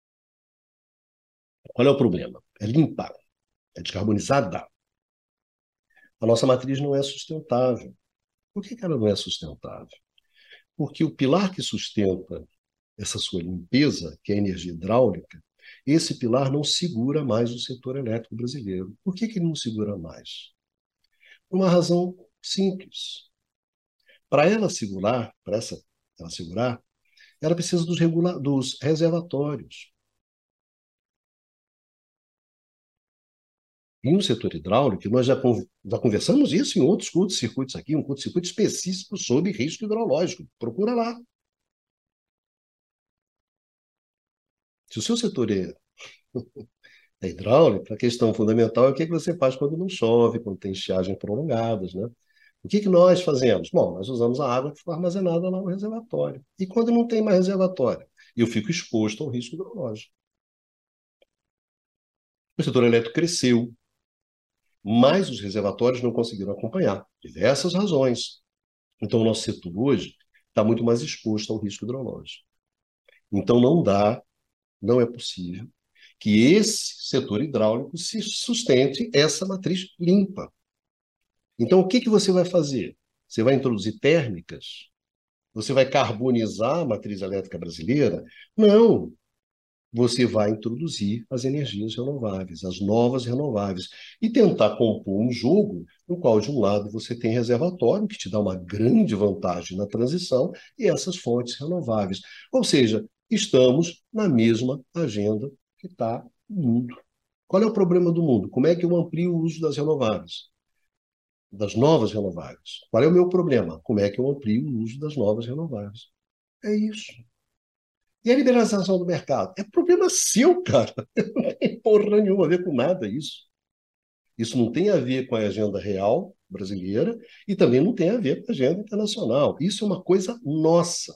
Qual é o problema? É limpa, é descarbonizada. A nossa matriz não é sustentável. Por que ela não é sustentável? Porque o pilar que sustenta essa sua limpeza, que é a energia hidráulica, esse pilar não segura mais o setor elétrico brasileiro. Por que ele não segura mais? Por uma razão simples. Para ela segurar, ela precisa dos reservatórios. E no setor hidráulico, nós já conversamos isso em outros curtos-circuitos aqui, um curto-circuito específico sobre risco hidrológico. Procura lá. Se o seu setor é hidráulico, a questão fundamental é o que você faz quando não chove, quando tem estiagens prolongadas, né? O que nós fazemos? Bom, nós usamos a água que foi armazenada lá no reservatório. E quando não tem mais reservatório? Eu fico exposto ao risco hidrológico. O setor elétrico cresceu, mas os reservatórios não conseguiram acompanhar. Diversas razões. Então, o nosso setor hoje está muito mais exposto ao risco hidrológico. Então, não é possível que esse setor hidráulico se sustente essa matriz limpa. Então, o que você vai fazer? Você vai introduzir térmicas? Você vai carbonizar a matriz elétrica brasileira? Não. Você vai introduzir as energias renováveis, as novas renováveis, e tentar compor um jogo no qual, de um lado, você tem reservatório, que te dá uma grande vantagem na transição, e essas fontes renováveis. Ou seja, estamos na mesma agenda que está o mundo. Qual é o problema do mundo? Como é que eu amplio o uso das renováveis? Das novas renováveis. Qual é o meu problema? Como é que eu amplio o uso das novas renováveis? É isso. E a liberalização do mercado? É problema seu, cara. Não tem porra nenhuma a ver com nada isso. Isso não tem a ver com a agenda real brasileira e também não tem a ver com a agenda internacional. Isso é uma coisa nossa.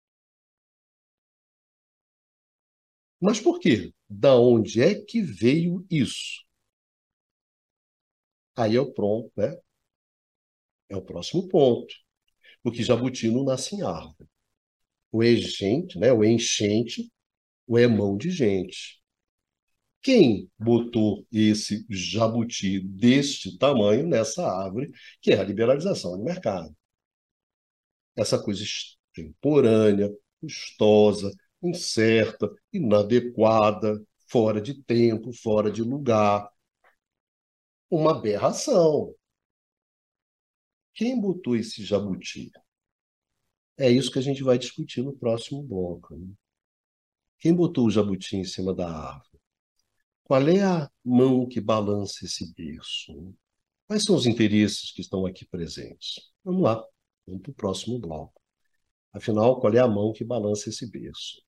Mas por quê? Da onde é que veio isso? Aí é o pronto, né? É o próximo ponto. Porque jabuti não nasce em árvore. O enchente, né? O enchente, o é mão de gente. Quem botou esse jabuti deste tamanho nessa árvore, que é a liberalização do mercado? Essa coisa extemporânea, custosa, incerta, inadequada, fora de tempo, fora de lugar, uma aberração. Quem botou esse jabuti? É isso que a gente vai discutir no próximo bloco, né? Quem botou o jabuti em cima da árvore? Qual é a mão que balança esse berço? Quais são os interesses que estão aqui presentes? Vamos lá, vamos para o próximo bloco. Afinal, qual é a mão que balança esse berço?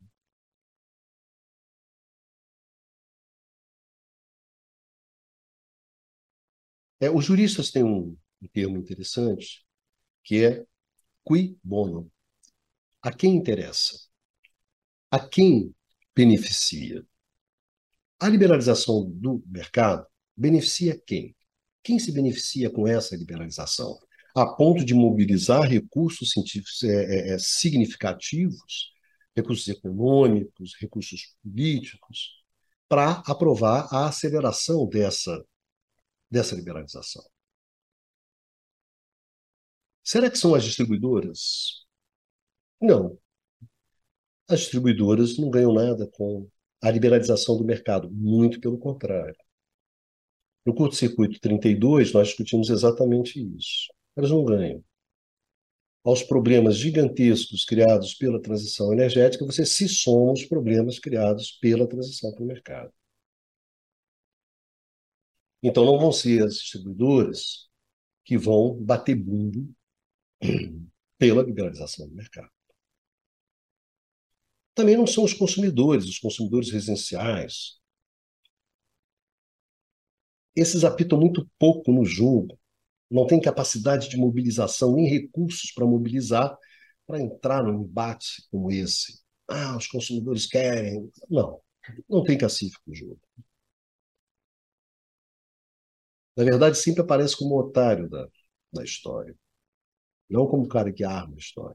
Os juristas têm um termo interessante que é cui bono. A quem interessa? A quem beneficia? A liberalização do mercado beneficia quem? Quem se beneficia com essa liberalização? A ponto de mobilizar recursos científicos significativos, recursos econômicos, recursos políticos, para aprovar a aceleração dessa liberalização. Será que são as distribuidoras? Não. As distribuidoras não ganham nada com a liberalização do mercado, muito pelo contrário. No curto-circuito 32, nós discutimos exatamente isso. Elas não ganham. Aos problemas gigantescos criados pela transição energética, você se soma os problemas criados pela transição para o mercado. Então, não vão ser as distribuidoras que vão bater bumbo pela liberalização do mercado. Também não são os consumidores residenciais. Esses apitam muito pouco no jogo, não têm capacidade de mobilização, nem recursos para mobilizar, para entrar num embate como esse. Ah, os consumidores querem. Não, não tem cacife no jogo. Na verdade, sempre aparece como o otário da história, não como o cara que arma a história.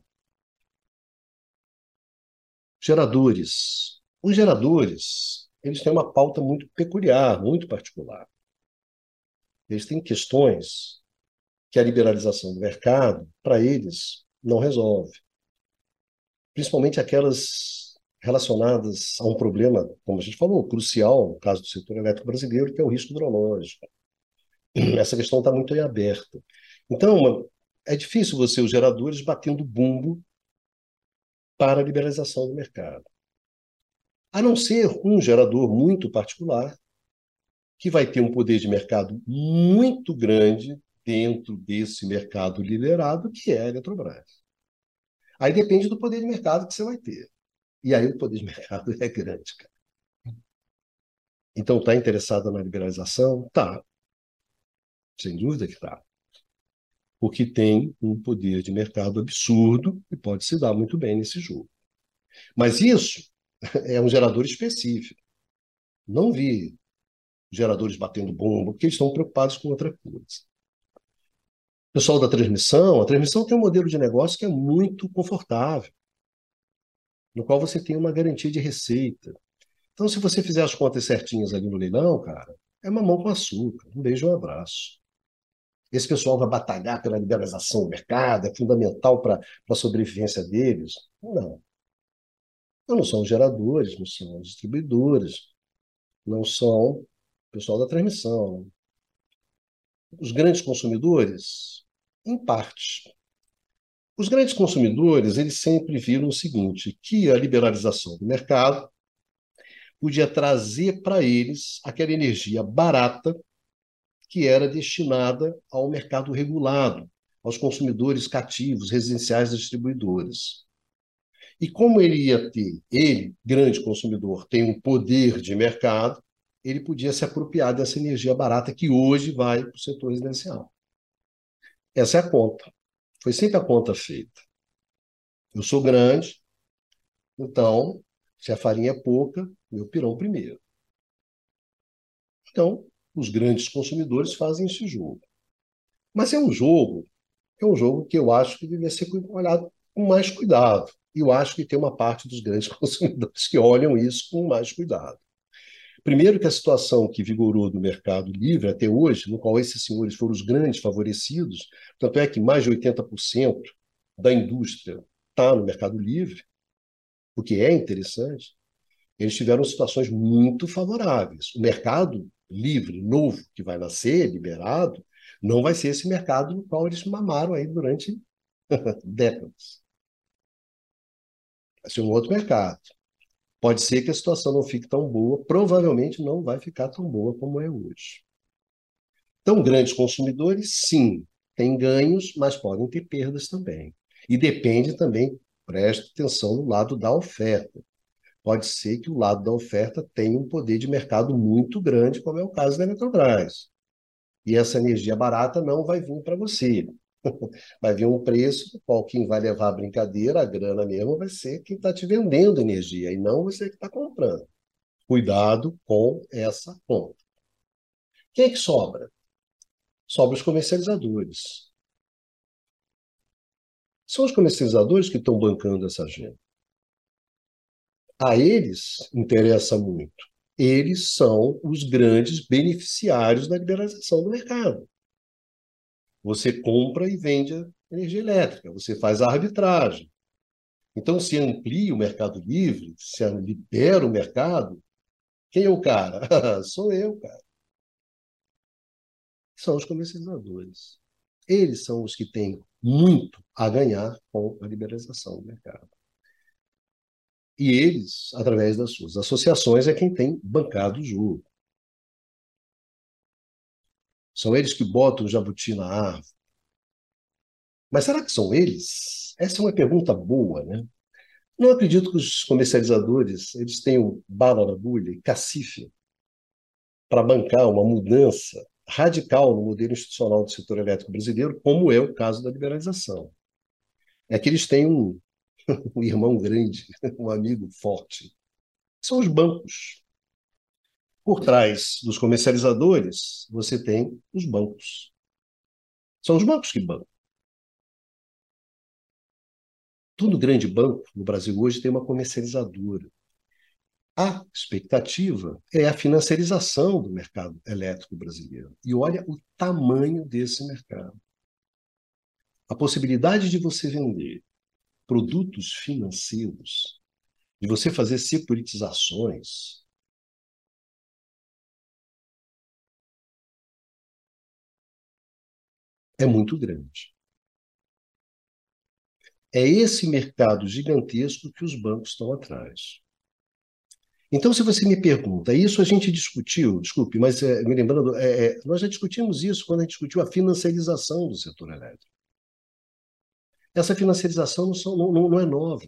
Geradores. Os geradores, eles têm uma pauta muito peculiar, muito particular. Eles têm questões que a liberalização do mercado, para eles, não resolve. Principalmente aquelas relacionadas a um problema, como a gente falou, crucial no caso do setor elétrico brasileiro, que é o risco hidrológico. Essa questão está muito em aberta. Então, é difícil você, os geradores, batendo bumbo para a liberalização do mercado. A não ser um gerador muito particular, que vai ter um poder de mercado muito grande dentro desse mercado liberado, que é a Eletrobras. Aí depende do poder de mercado que você vai ter. E aí o poder de mercado é grande, cara. Então, está interessado na liberalização? Tá, sem dúvida que está. Porque tem um poder de mercado absurdo e pode se dar muito bem nesse jogo. Mas isso é um gerador específico. Não vi geradores batendo bomba, porque eles estão preocupados com outra coisa. O pessoal da transmissão, a transmissão tem um modelo de negócio que é muito confortável, no qual você tem uma garantia de receita. Então, se você fizer as contas certinhas ali no leilão, cara, é mamão com açúcar. Um beijo e um abraço. Esse pessoal vai batalhar pela liberalização do mercado, é fundamental para a sobrevivência deles. Não. Não são os geradores, não são os distribuidores, não são o pessoal da transmissão. Os grandes consumidores, em parte. Os grandes consumidores, eles sempre viram o seguinte, que a liberalização do mercado podia trazer para eles aquela energia barata que era destinada ao mercado regulado, aos consumidores cativos, residenciais das distribuidoras. E como ele ia ter, ele, grande consumidor, tem um poder de mercado, ele podia se apropriar dessa energia barata que hoje vai para o setor residencial. Essa é a conta. Foi sempre a conta feita. Eu sou grande, então, se a farinha é pouca, meu pirão primeiro. Então, os grandes consumidores fazem esse jogo. Mas é um jogo que eu acho que devia ser olhado com mais cuidado. E eu acho que tem uma parte dos grandes consumidores que olham isso com mais cuidado. Primeiro que a situação que vigorou do mercado livre até hoje, no qual esses senhores foram os grandes favorecidos, tanto é que mais de 80% da indústria está no mercado livre, o que é interessante, eles tiveram situações muito favoráveis. O mercado livre, novo, que vai nascer, liberado, não vai ser esse mercado no qual eles mamaram aí durante décadas. Vai ser um outro mercado. Pode ser que a situação não fique tão boa, provavelmente não vai ficar tão boa como é hoje. Então, grandes consumidores, sim, têm ganhos, mas podem ter perdas também. E depende também, preste atenção no lado da oferta. Pode ser que o lado da oferta tenha um poder de mercado muito grande, como é o caso da Eletrobras. E essa energia barata não vai vir para você. Vai vir um preço, qual quem vai levar a brincadeira, a grana mesmo, vai ser quem está te vendendo energia, e não você que está comprando. Cuidado com essa conta. Quem é que sobra? Sobra os comercializadores. São os comercializadores que estão bancando essa agenda. A eles interessa muito. Eles são os grandes beneficiários da liberalização do mercado. Você compra e vende energia elétrica, você faz a arbitragem. Então, se amplia o mercado livre, se libera o mercado, quem é o cara? Sou eu, cara. São os comercializadores. Eles são os que têm muito a ganhar com a liberalização do mercado. E eles, através das suas associações, é quem tem bancado o jogo. São eles que botam o jabuti na árvore. Mas será que são eles? Essa é uma pergunta boa, né? Não acredito que os comercializadores eles tenham bala na agulha e cacife para bancar uma mudança radical no modelo institucional do setor elétrico brasileiro, como é o caso da liberalização. É que eles têm um irmão grande, um amigo forte. São os bancos. Por trás dos comercializadores, você tem os bancos. São os bancos que bancam. Todo grande banco no Brasil hoje tem uma comercializadora. A expectativa é a financiarização do mercado elétrico brasileiro. E olha o tamanho desse mercado. A possibilidade de você vender produtos financeiros, de você fazer securitizações, é muito grande. É esse mercado gigantesco que os bancos estão atrás. Então, se você me pergunta, isso a gente discutiu, desculpe, mas me lembrando, nós já discutimos isso quando a gente discutiu a financiarização do setor elétrico. Essa financiarização não é nova.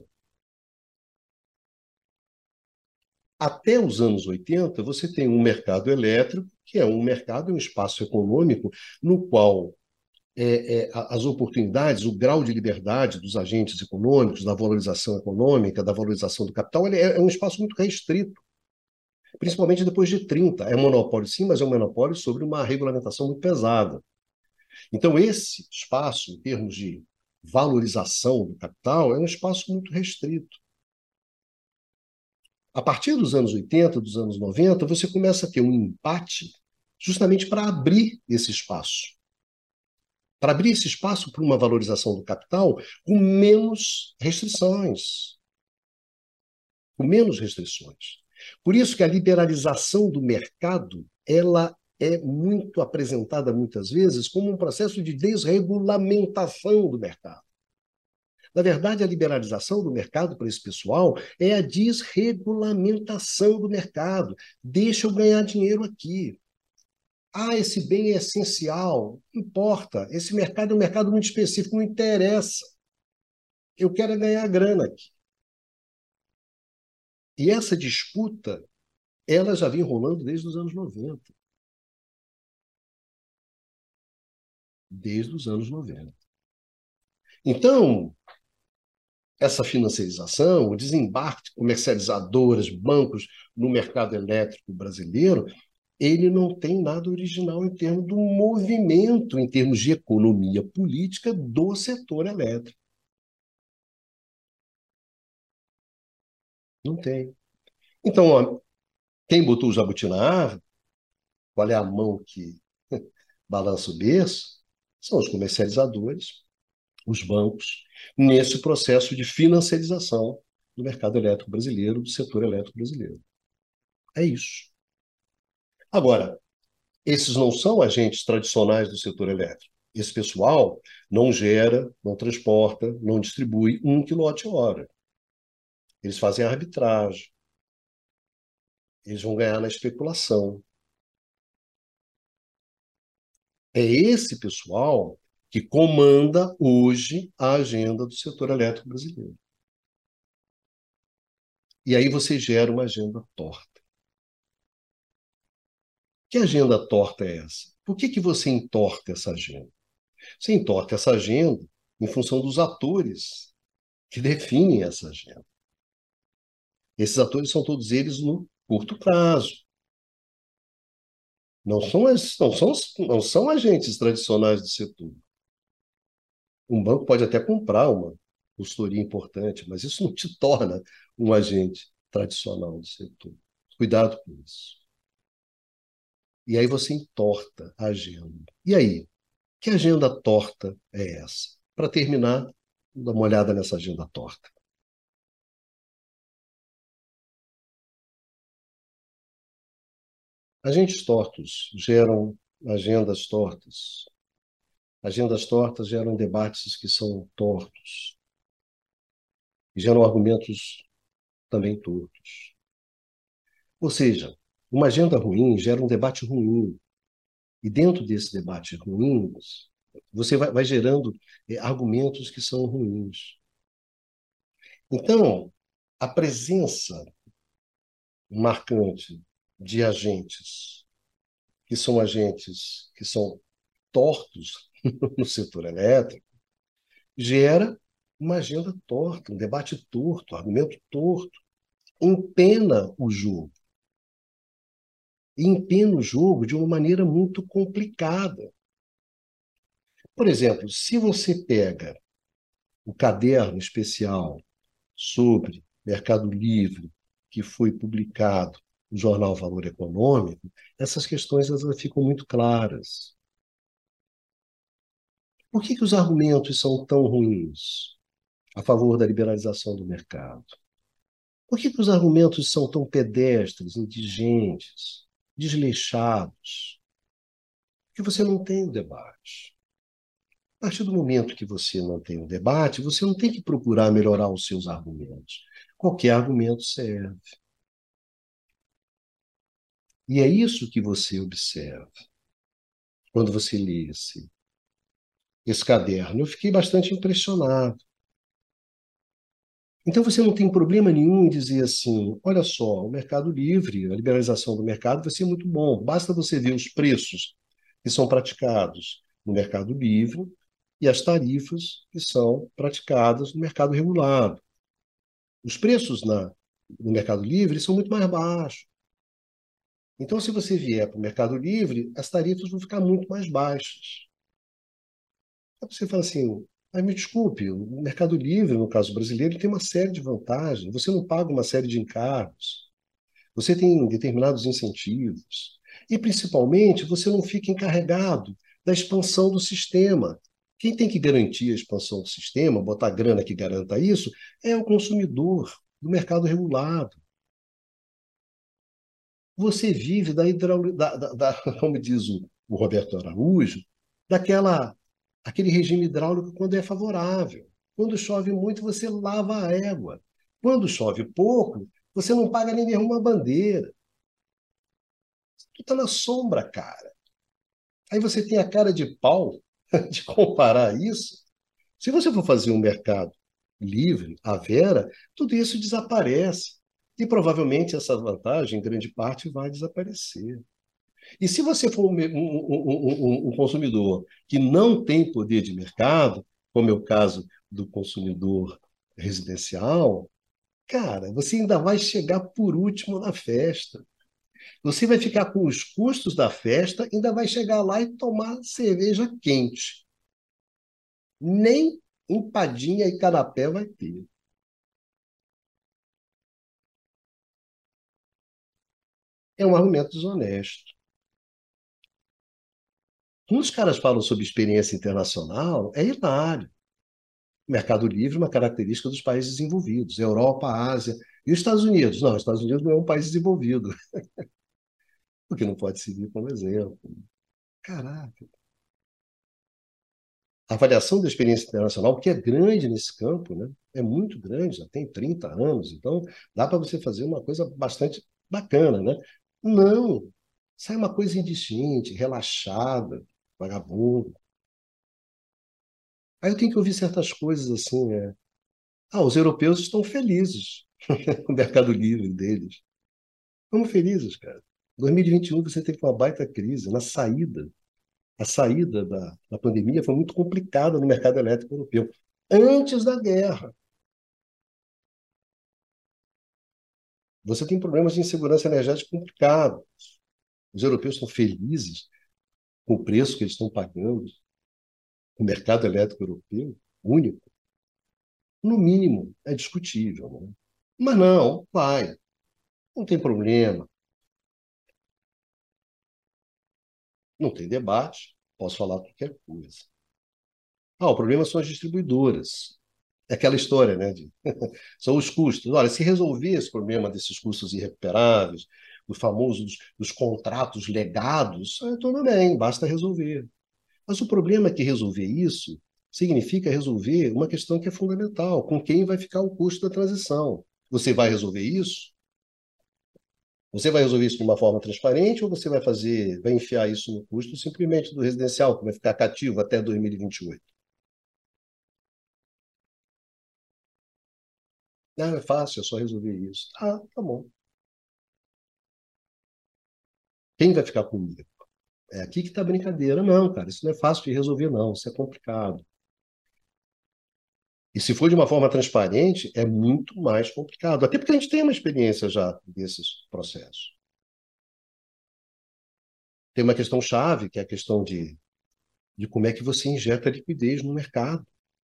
Até os anos 80, você tem um mercado elétrico, que é um mercado, um espaço econômico, no qual as oportunidades, o grau de liberdade dos agentes econômicos, da valorização econômica, da valorização do capital, ele é um espaço muito restrito, principalmente depois de 30. É um monopólio, sim, mas é um monopólio sobre uma regulamentação muito pesada. Então, esse espaço, em termos de valorização do capital, é um espaço muito restrito. A partir dos anos 80, dos anos 90, você começa a ter um empate justamente para abrir esse espaço. Para abrir esse espaço para uma valorização do capital com menos restrições. Com menos restrições. Por isso que a liberalização do mercado, ela é muito apresentada muitas vezes como um processo de desregulamentação do mercado. Na verdade, a liberalização do mercado para esse pessoal é a desregulamentação do mercado. Deixa eu ganhar dinheiro aqui. Ah, esse bem é essencial. Não importa. Esse mercado é um mercado muito específico, não interessa. Eu quero é ganhar grana aqui. E essa disputa, ela já vem rolando desde os anos 90. Desde os anos 90. Então, essa financiarização, o desembarque de comercializadoras, bancos no mercado elétrico brasileiro, ele não tem nada original em termos do movimento, em termos de economia política do setor elétrico. Não tem. Então, ó, quem botou o jabuti na árvore, qual é a mão que balança o berço? São os comercializadores, os bancos, nesse processo de financiarização do mercado elétrico brasileiro, do setor elétrico brasileiro. É isso. Agora, esses não são agentes tradicionais do setor elétrico. Esse pessoal não gera, não transporta, não distribui 1 kWh. Eles fazem arbitragem. Eles vão ganhar na especulação. É esse pessoal que comanda hoje a agenda do setor elétrico brasileiro. E aí você gera uma agenda torta. Que agenda torta é essa? Por que você entorta essa agenda? Você entorta essa agenda em função dos atores que definem essa agenda. Esses atores são todos eles no curto prazo. Não são agentes tradicionais do setor. Um banco pode até comprar uma consultoria importante, mas isso não te torna um agente tradicional do setor. Cuidado com isso. E aí você entorta a agenda. E aí? Que agenda torta é essa? Para terminar, dá uma olhada nessa agenda torta. Agentes tortos geram agendas tortas. Agendas tortas geram debates que são tortos. E geram argumentos também tortos. Ou seja, uma agenda ruim gera um debate ruim. E dentro desse debate ruim, você vai gerando argumentos que são ruins. Então, a presença marcante de agentes que são tortos no setor elétrico gera uma agenda torta, um debate torto, um argumento torto, empena o jogo. E empena o jogo de uma maneira muito complicada. Por exemplo, se você pega o caderno especial sobre Mercado Livre, que foi publicado no jornal Valor Econômico, essas questões elas ficam muito claras. Por que os argumentos são tão ruins a favor da liberalização do mercado? Por que os argumentos são tão pedestres, indigentes, desleixados? Porque você não tem o debate. A partir do momento que você não tem o debate, você não tem que procurar melhorar os seus argumentos. Qualquer argumento serve. E é isso que você observa quando você lê esse caderno. Eu fiquei bastante impressionado. Então você não tem problema nenhum em dizer assim: olha só, o Mercado Livre, a liberalização do mercado vai ser muito bom. Basta você ver os preços que são praticados no Mercado Livre e as tarifas que são praticadas no mercado regulado. Os preços no Mercado Livre são muito mais baixos. Então, se você vier para o Mercado Livre, as tarifas vão ficar muito mais baixas. Aí você fala assim: mas me desculpe, o Mercado Livre, no caso brasileiro, tem uma série de vantagens. Você não paga uma série de encargos, você tem determinados incentivos. E, principalmente, você não fica encarregado da expansão do sistema. Quem tem que garantir a expansão do sistema, botar grana que garanta isso, é o consumidor do mercado regulado. Você vive como diz o Roberto Araújo, aquele regime hidráulico quando é favorável. Quando chove muito, você lava a égua. Quando chove pouco, você não paga nem nenhuma bandeira. Tu está na sombra, cara. Aí você tem a cara de pau de comparar isso. Se você for fazer um mercado livre, à vera, tudo isso desaparece. E provavelmente essa vantagem, em grande parte, vai desaparecer. E se você for um consumidor que não tem poder de mercado, como é o caso do consumidor residencial, cara, você ainda vai chegar por último na festa. Você vai ficar com os custos da festa, ainda vai chegar lá e tomar cerveja quente. Nem empadinha e canapé vai ter. É um argumento desonesto. Quando os caras falam sobre experiência internacional, é hilário. O mercado livre é uma característica dos países desenvolvidos, Europa, Ásia e os Estados Unidos. Não, os Estados Unidos não é um país desenvolvido, porque não pode servir como exemplo. Caraca. A avaliação da experiência internacional, que é grande nesse campo, né? É muito grande, já tem 30 anos, então dá para você fazer uma coisa bastante bacana, né? Não, sai uma coisa indistinta, relaxada, vagabundo. Aí eu tenho que ouvir certas coisas assim, os europeus estão felizes com o mercado livre deles. Estamos felizes, cara. 2021 você teve uma baita crise na saída. A saída da pandemia foi muito complicada no mercado elétrico europeu. Antes da guerra, você tem problemas de insegurança energética complicados. Os europeus estão felizes com o preço que eles estão pagando. O mercado elétrico europeu, único, no mínimo, é discutível. Né? Mas não, vai. Não tem problema. Não tem debate. Posso falar qualquer coisa. O problema são as distribuidoras. É aquela história, né? São os custos. Olha, se resolver esse problema desses custos irrecuperáveis, o famoso dos contratos legados, tudo bem, basta resolver. Mas o problema é que resolver isso significa resolver uma questão que é fundamental: com quem vai ficar o custo da transição? Você vai resolver isso? Você vai resolver isso de uma forma transparente ou você vai enfiar isso no custo simplesmente do residencial, que vai ficar cativo até 2028? Não, é fácil, é só resolver isso. Tá bom. Quem vai ficar comigo? É aqui que está a brincadeira. Não, cara, isso não é fácil de resolver, não. Isso é complicado. E se for de uma forma transparente, é muito mais complicado. Até porque a gente tem uma experiência já desses processos. Tem uma questão chave, que é a questão de como é que você injeta liquidez no mercado.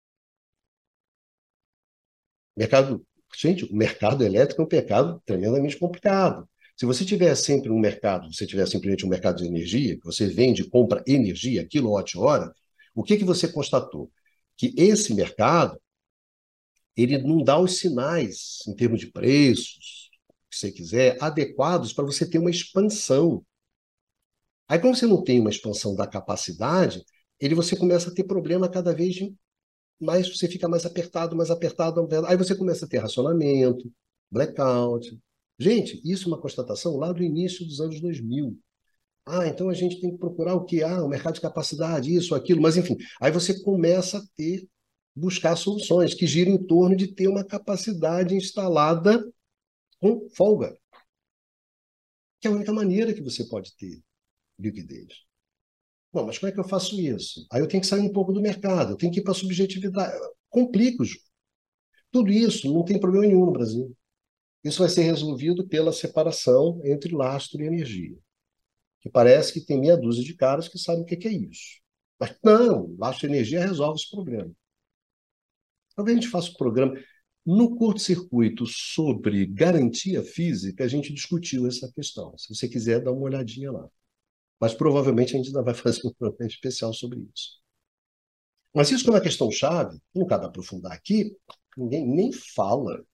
Mercado, gente, o mercado elétrico é um mercado tremendamente complicado. Se você tiver sempre um mercado, se você tiver simplesmente um mercado de energia, que você vende e compra energia, quilowatt-hora, o que você constatou? Que esse mercado ele não dá os sinais, em termos de preços, que você quiser, adequados para você ter uma expansão. Aí, quando você não tem uma expansão da capacidade, você começa a ter problema cada vez mais, você fica mais apertado, mais apertado, apertado. Aí você começa a ter racionamento, blackout. Gente, isso é uma constatação lá do início dos anos 2000. Então a gente tem que procurar o quê? O mercado de capacidade, isso, aquilo, mas enfim. Aí você começa a buscar soluções que giram em torno de ter uma capacidade instalada com folga, que é a única maneira que você pode ter liquidez. Bom, mas como é que eu faço isso? Aí eu tenho que sair um pouco do mercado, eu tenho que ir para a subjetividade. Complica o jogo. Tudo isso não tem problema nenhum no Brasil. Isso vai ser resolvido pela separação entre lastro e energia, que parece que tem meia dúzia de caras que sabem o que é isso. Mas não, lastro e energia resolve esse problema. Talvez a gente faça um programa. No curto-circuito sobre garantia física, a gente discutiu essa questão. Se você quiser, dá uma olhadinha lá. Mas provavelmente a gente ainda vai fazer um programa especial sobre isso. Mas isso que é uma questão chave, não cabe aprofundar aqui, ninguém nem fala.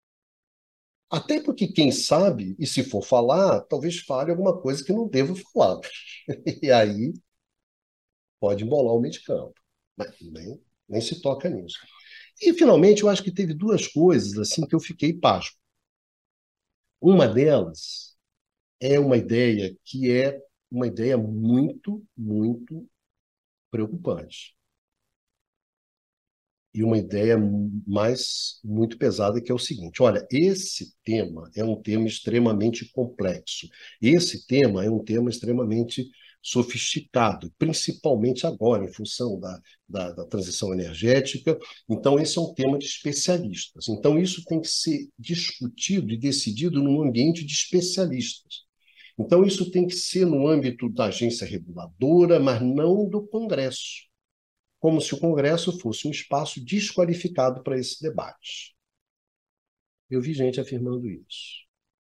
Até porque quem sabe, e se for falar, talvez fale alguma coisa que não devo falar. E aí pode embolar o meio de campo. Mas nem se toca nisso. E, finalmente, eu acho que teve duas coisas assim que eu fiquei pasmo. Uma delas é uma ideia que é uma ideia muito, muito preocupante. e uma ideia mais muito pesada, que é o seguinte: olha, esse tema é um tema extremamente complexo. Esse tema é um tema extremamente sofisticado, principalmente agora, em função da transição energética. Então, esse é um tema de especialistas. Então, isso tem que ser discutido e decidido num ambiente de especialistas. Então, isso tem que ser no âmbito da agência reguladora, mas não do Congresso, como se o Congresso fosse um espaço desqualificado para esse debate. Eu vi gente afirmando isso.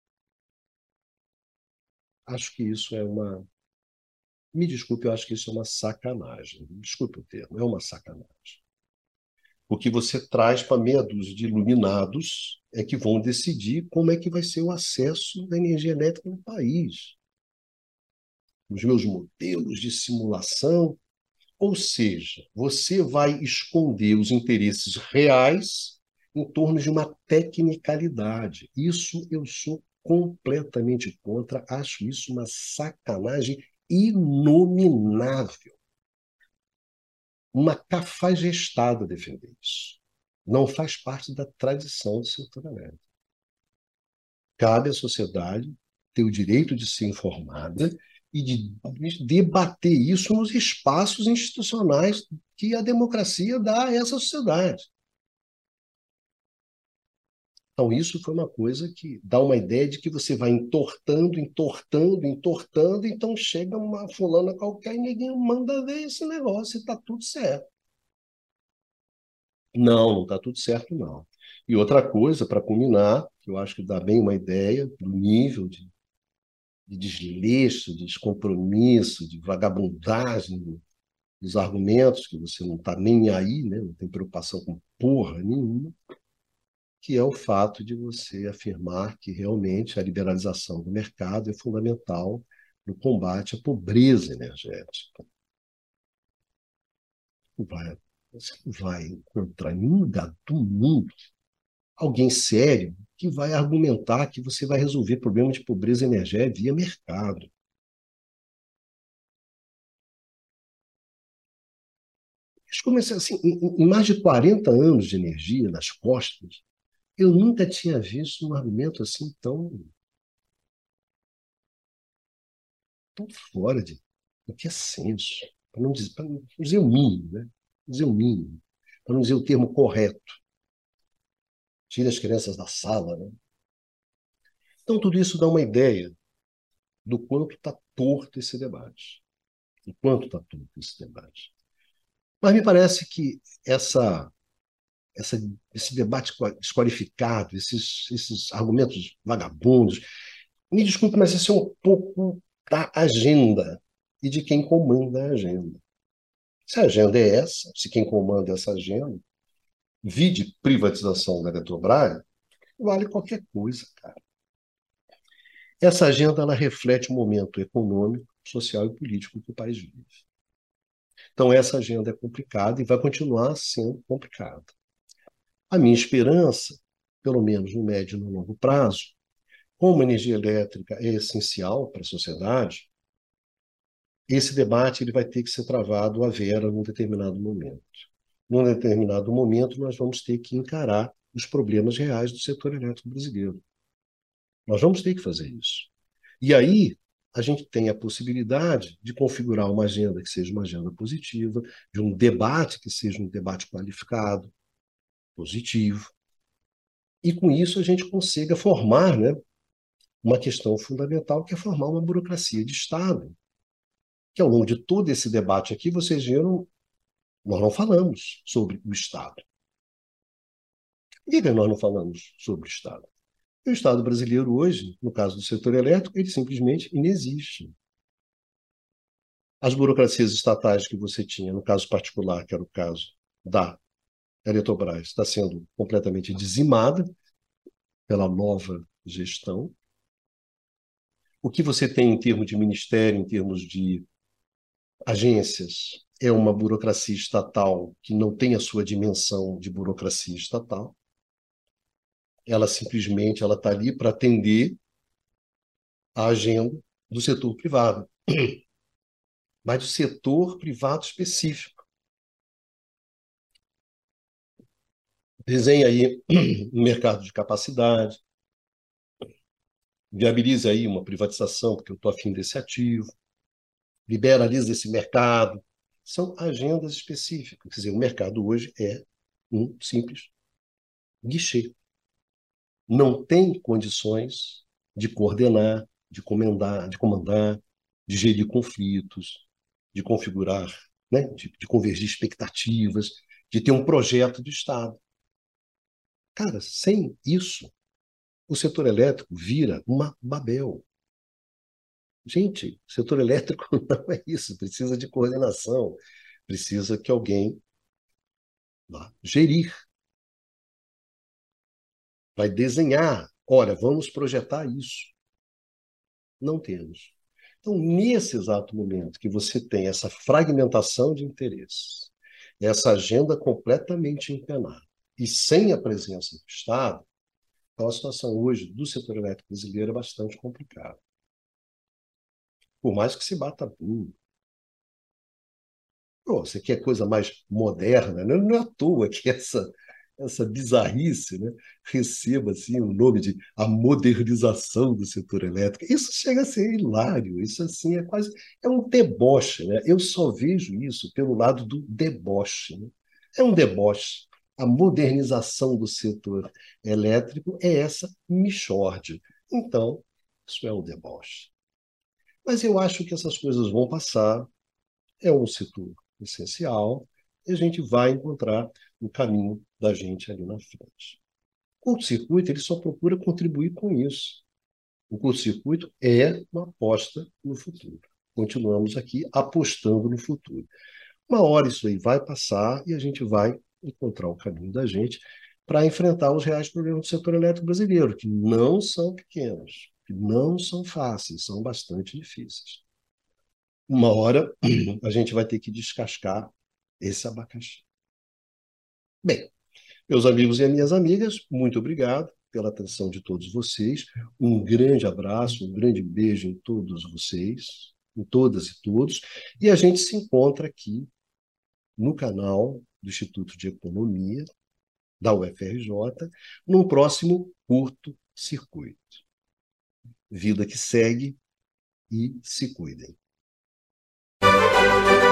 Acho que isso é uma. Me desculpe, eu acho que isso é uma sacanagem. Desculpe o termo, é uma sacanagem. Porque você traz para meia dúzia de iluminados é que vão decidir como é que vai ser o acesso da energia elétrica no país. Os meus modelos de simulação. Ou seja, você vai esconder os interesses reais em torno de uma tecnicalidade. Isso eu sou completamente contra, acho isso uma sacanagem inominável. Uma cafajestada defender isso. Não faz parte da tradição do setor elétrico. Cabe à sociedade ter o direito de ser informada e de debater isso nos espaços institucionais que a democracia dá a essa sociedade. Então, isso foi uma coisa que dá uma ideia de que você vai entortando, entortando, entortando, então chega uma fulana qualquer e ninguém manda ver esse negócio e está tudo certo. Não, não está tudo certo, não. E outra coisa, para culminar, que eu acho que dá bem uma ideia do nível de desleixo, de descompromisso, de vagabundagem dos argumentos, que você não está nem aí, né? Não tem preocupação com porra nenhuma, que é o fato de você afirmar que realmente a liberalização do mercado é fundamental no combate à pobreza energética. Você vai encontrar em nenhum lugar do mundo alguém sério que vai argumentar que você vai resolver problema de pobreza energética via mercado. Mas comecei assim, em mais de 40 anos de energia nas costas, eu nunca tinha visto um argumento assim tão fora do que é senso, para não dizer o mínimo, né? Dizer o mínimo, para não dizer o termo correto. Tira as crianças da sala, né? Então, tudo isso dá uma ideia do quanto está torto esse debate. Do quanto está torto esse debate. Mas me parece que essa, esse debate desqualificado, esses argumentos vagabundos, me desculpe, mas isso é um pouco da agenda e de quem comanda a agenda. Se a agenda é essa, se quem comanda essa agenda, vide privatização da Eletrobras, vale qualquer coisa, cara. Essa agenda ela reflete o momento econômico, social e político que o país vive. Então, essa agenda é complicada e vai continuar sendo complicada. A minha esperança, pelo menos no médio e no longo prazo, como a energia elétrica é essencial para a sociedade, esse debate ele vai ter que ser travado à vera num determinado momento. Num determinado momento, nós vamos ter que encarar os problemas reais do setor elétrico brasileiro. Nós vamos ter que fazer isso. E aí, a gente tem a possibilidade de configurar uma agenda que seja uma agenda positiva, de um debate que seja um debate qualificado, positivo, e com isso a gente consiga formar, né, uma questão fundamental, que é formar uma burocracia de Estado, que ao longo de todo esse debate aqui, vocês viram, nós não falamos sobre o Estado. Por que nós não falamos sobre o Estado? O Estado brasileiro hoje, no caso do setor elétrico, ele simplesmente inexiste. As burocracias estatais que você tinha, no caso particular, que era o caso da Eletrobras, está sendo completamente dizimada pela nova gestão. O que você tem em termos de ministério, em termos de agências, é uma burocracia estatal que não tem a sua dimensão de burocracia estatal. Ela simplesmente ela está ali para atender a agenda do setor privado, mas do setor privado específico. Desenhe aí um mercado de capacidade, viabilize aí uma privatização, porque eu estou afim desse ativo, liberalize esse mercado. São agendas específicas. Quer dizer, o mercado hoje é um simples guichê. Não tem condições de coordenar, de comandar, de gerir conflitos, de configurar, né, de convergir expectativas, de ter um projeto de Estado. Cara, sem isso, o setor elétrico vira uma Babel. Gente, o setor elétrico não é isso, precisa de coordenação, precisa que alguém vá gerir, vai desenhar. Olha, vamos projetar isso. Não temos. Então, nesse exato momento que você tem essa fragmentação de interesses, essa agenda completamente empenada e sem a presença do Estado, então a situação hoje do setor elétrico brasileiro é bastante complicada. Por mais que se bata bem. Pô, você quer coisa mais moderna, né? Não é à toa que essa bizarrice, né, receba assim, o nome de a modernização do setor elétrico. Isso chega a ser hilário, isso assim é quase é um deboche, né? Eu só vejo isso pelo lado do deboche, né? É um deboche. A modernização do setor elétrico é essa mixórdia. Então, isso é um deboche. Mas eu acho que essas coisas vão passar, é um setor essencial, e a gente vai encontrar o caminho da gente ali na frente. O curto-circuito ele só procura contribuir com isso. O curto-circuito é uma aposta no futuro. Continuamos aqui apostando no futuro. Uma hora isso aí vai passar e a gente vai encontrar o caminho da gente para enfrentar os reais problemas do setor elétrico brasileiro, que não são pequenos, que não são fáceis, são bastante difíceis. Uma hora a gente vai ter que descascar esse abacaxi. Bem, meus amigos e minhas amigas, muito obrigado pela atenção de todos vocês. Um grande abraço, um grande beijo em todos vocês, em todas e todos. E a gente se encontra aqui no canal do Instituto de Economia da UFRJ, num próximo curto circuito. Vida que segue e se cuidem.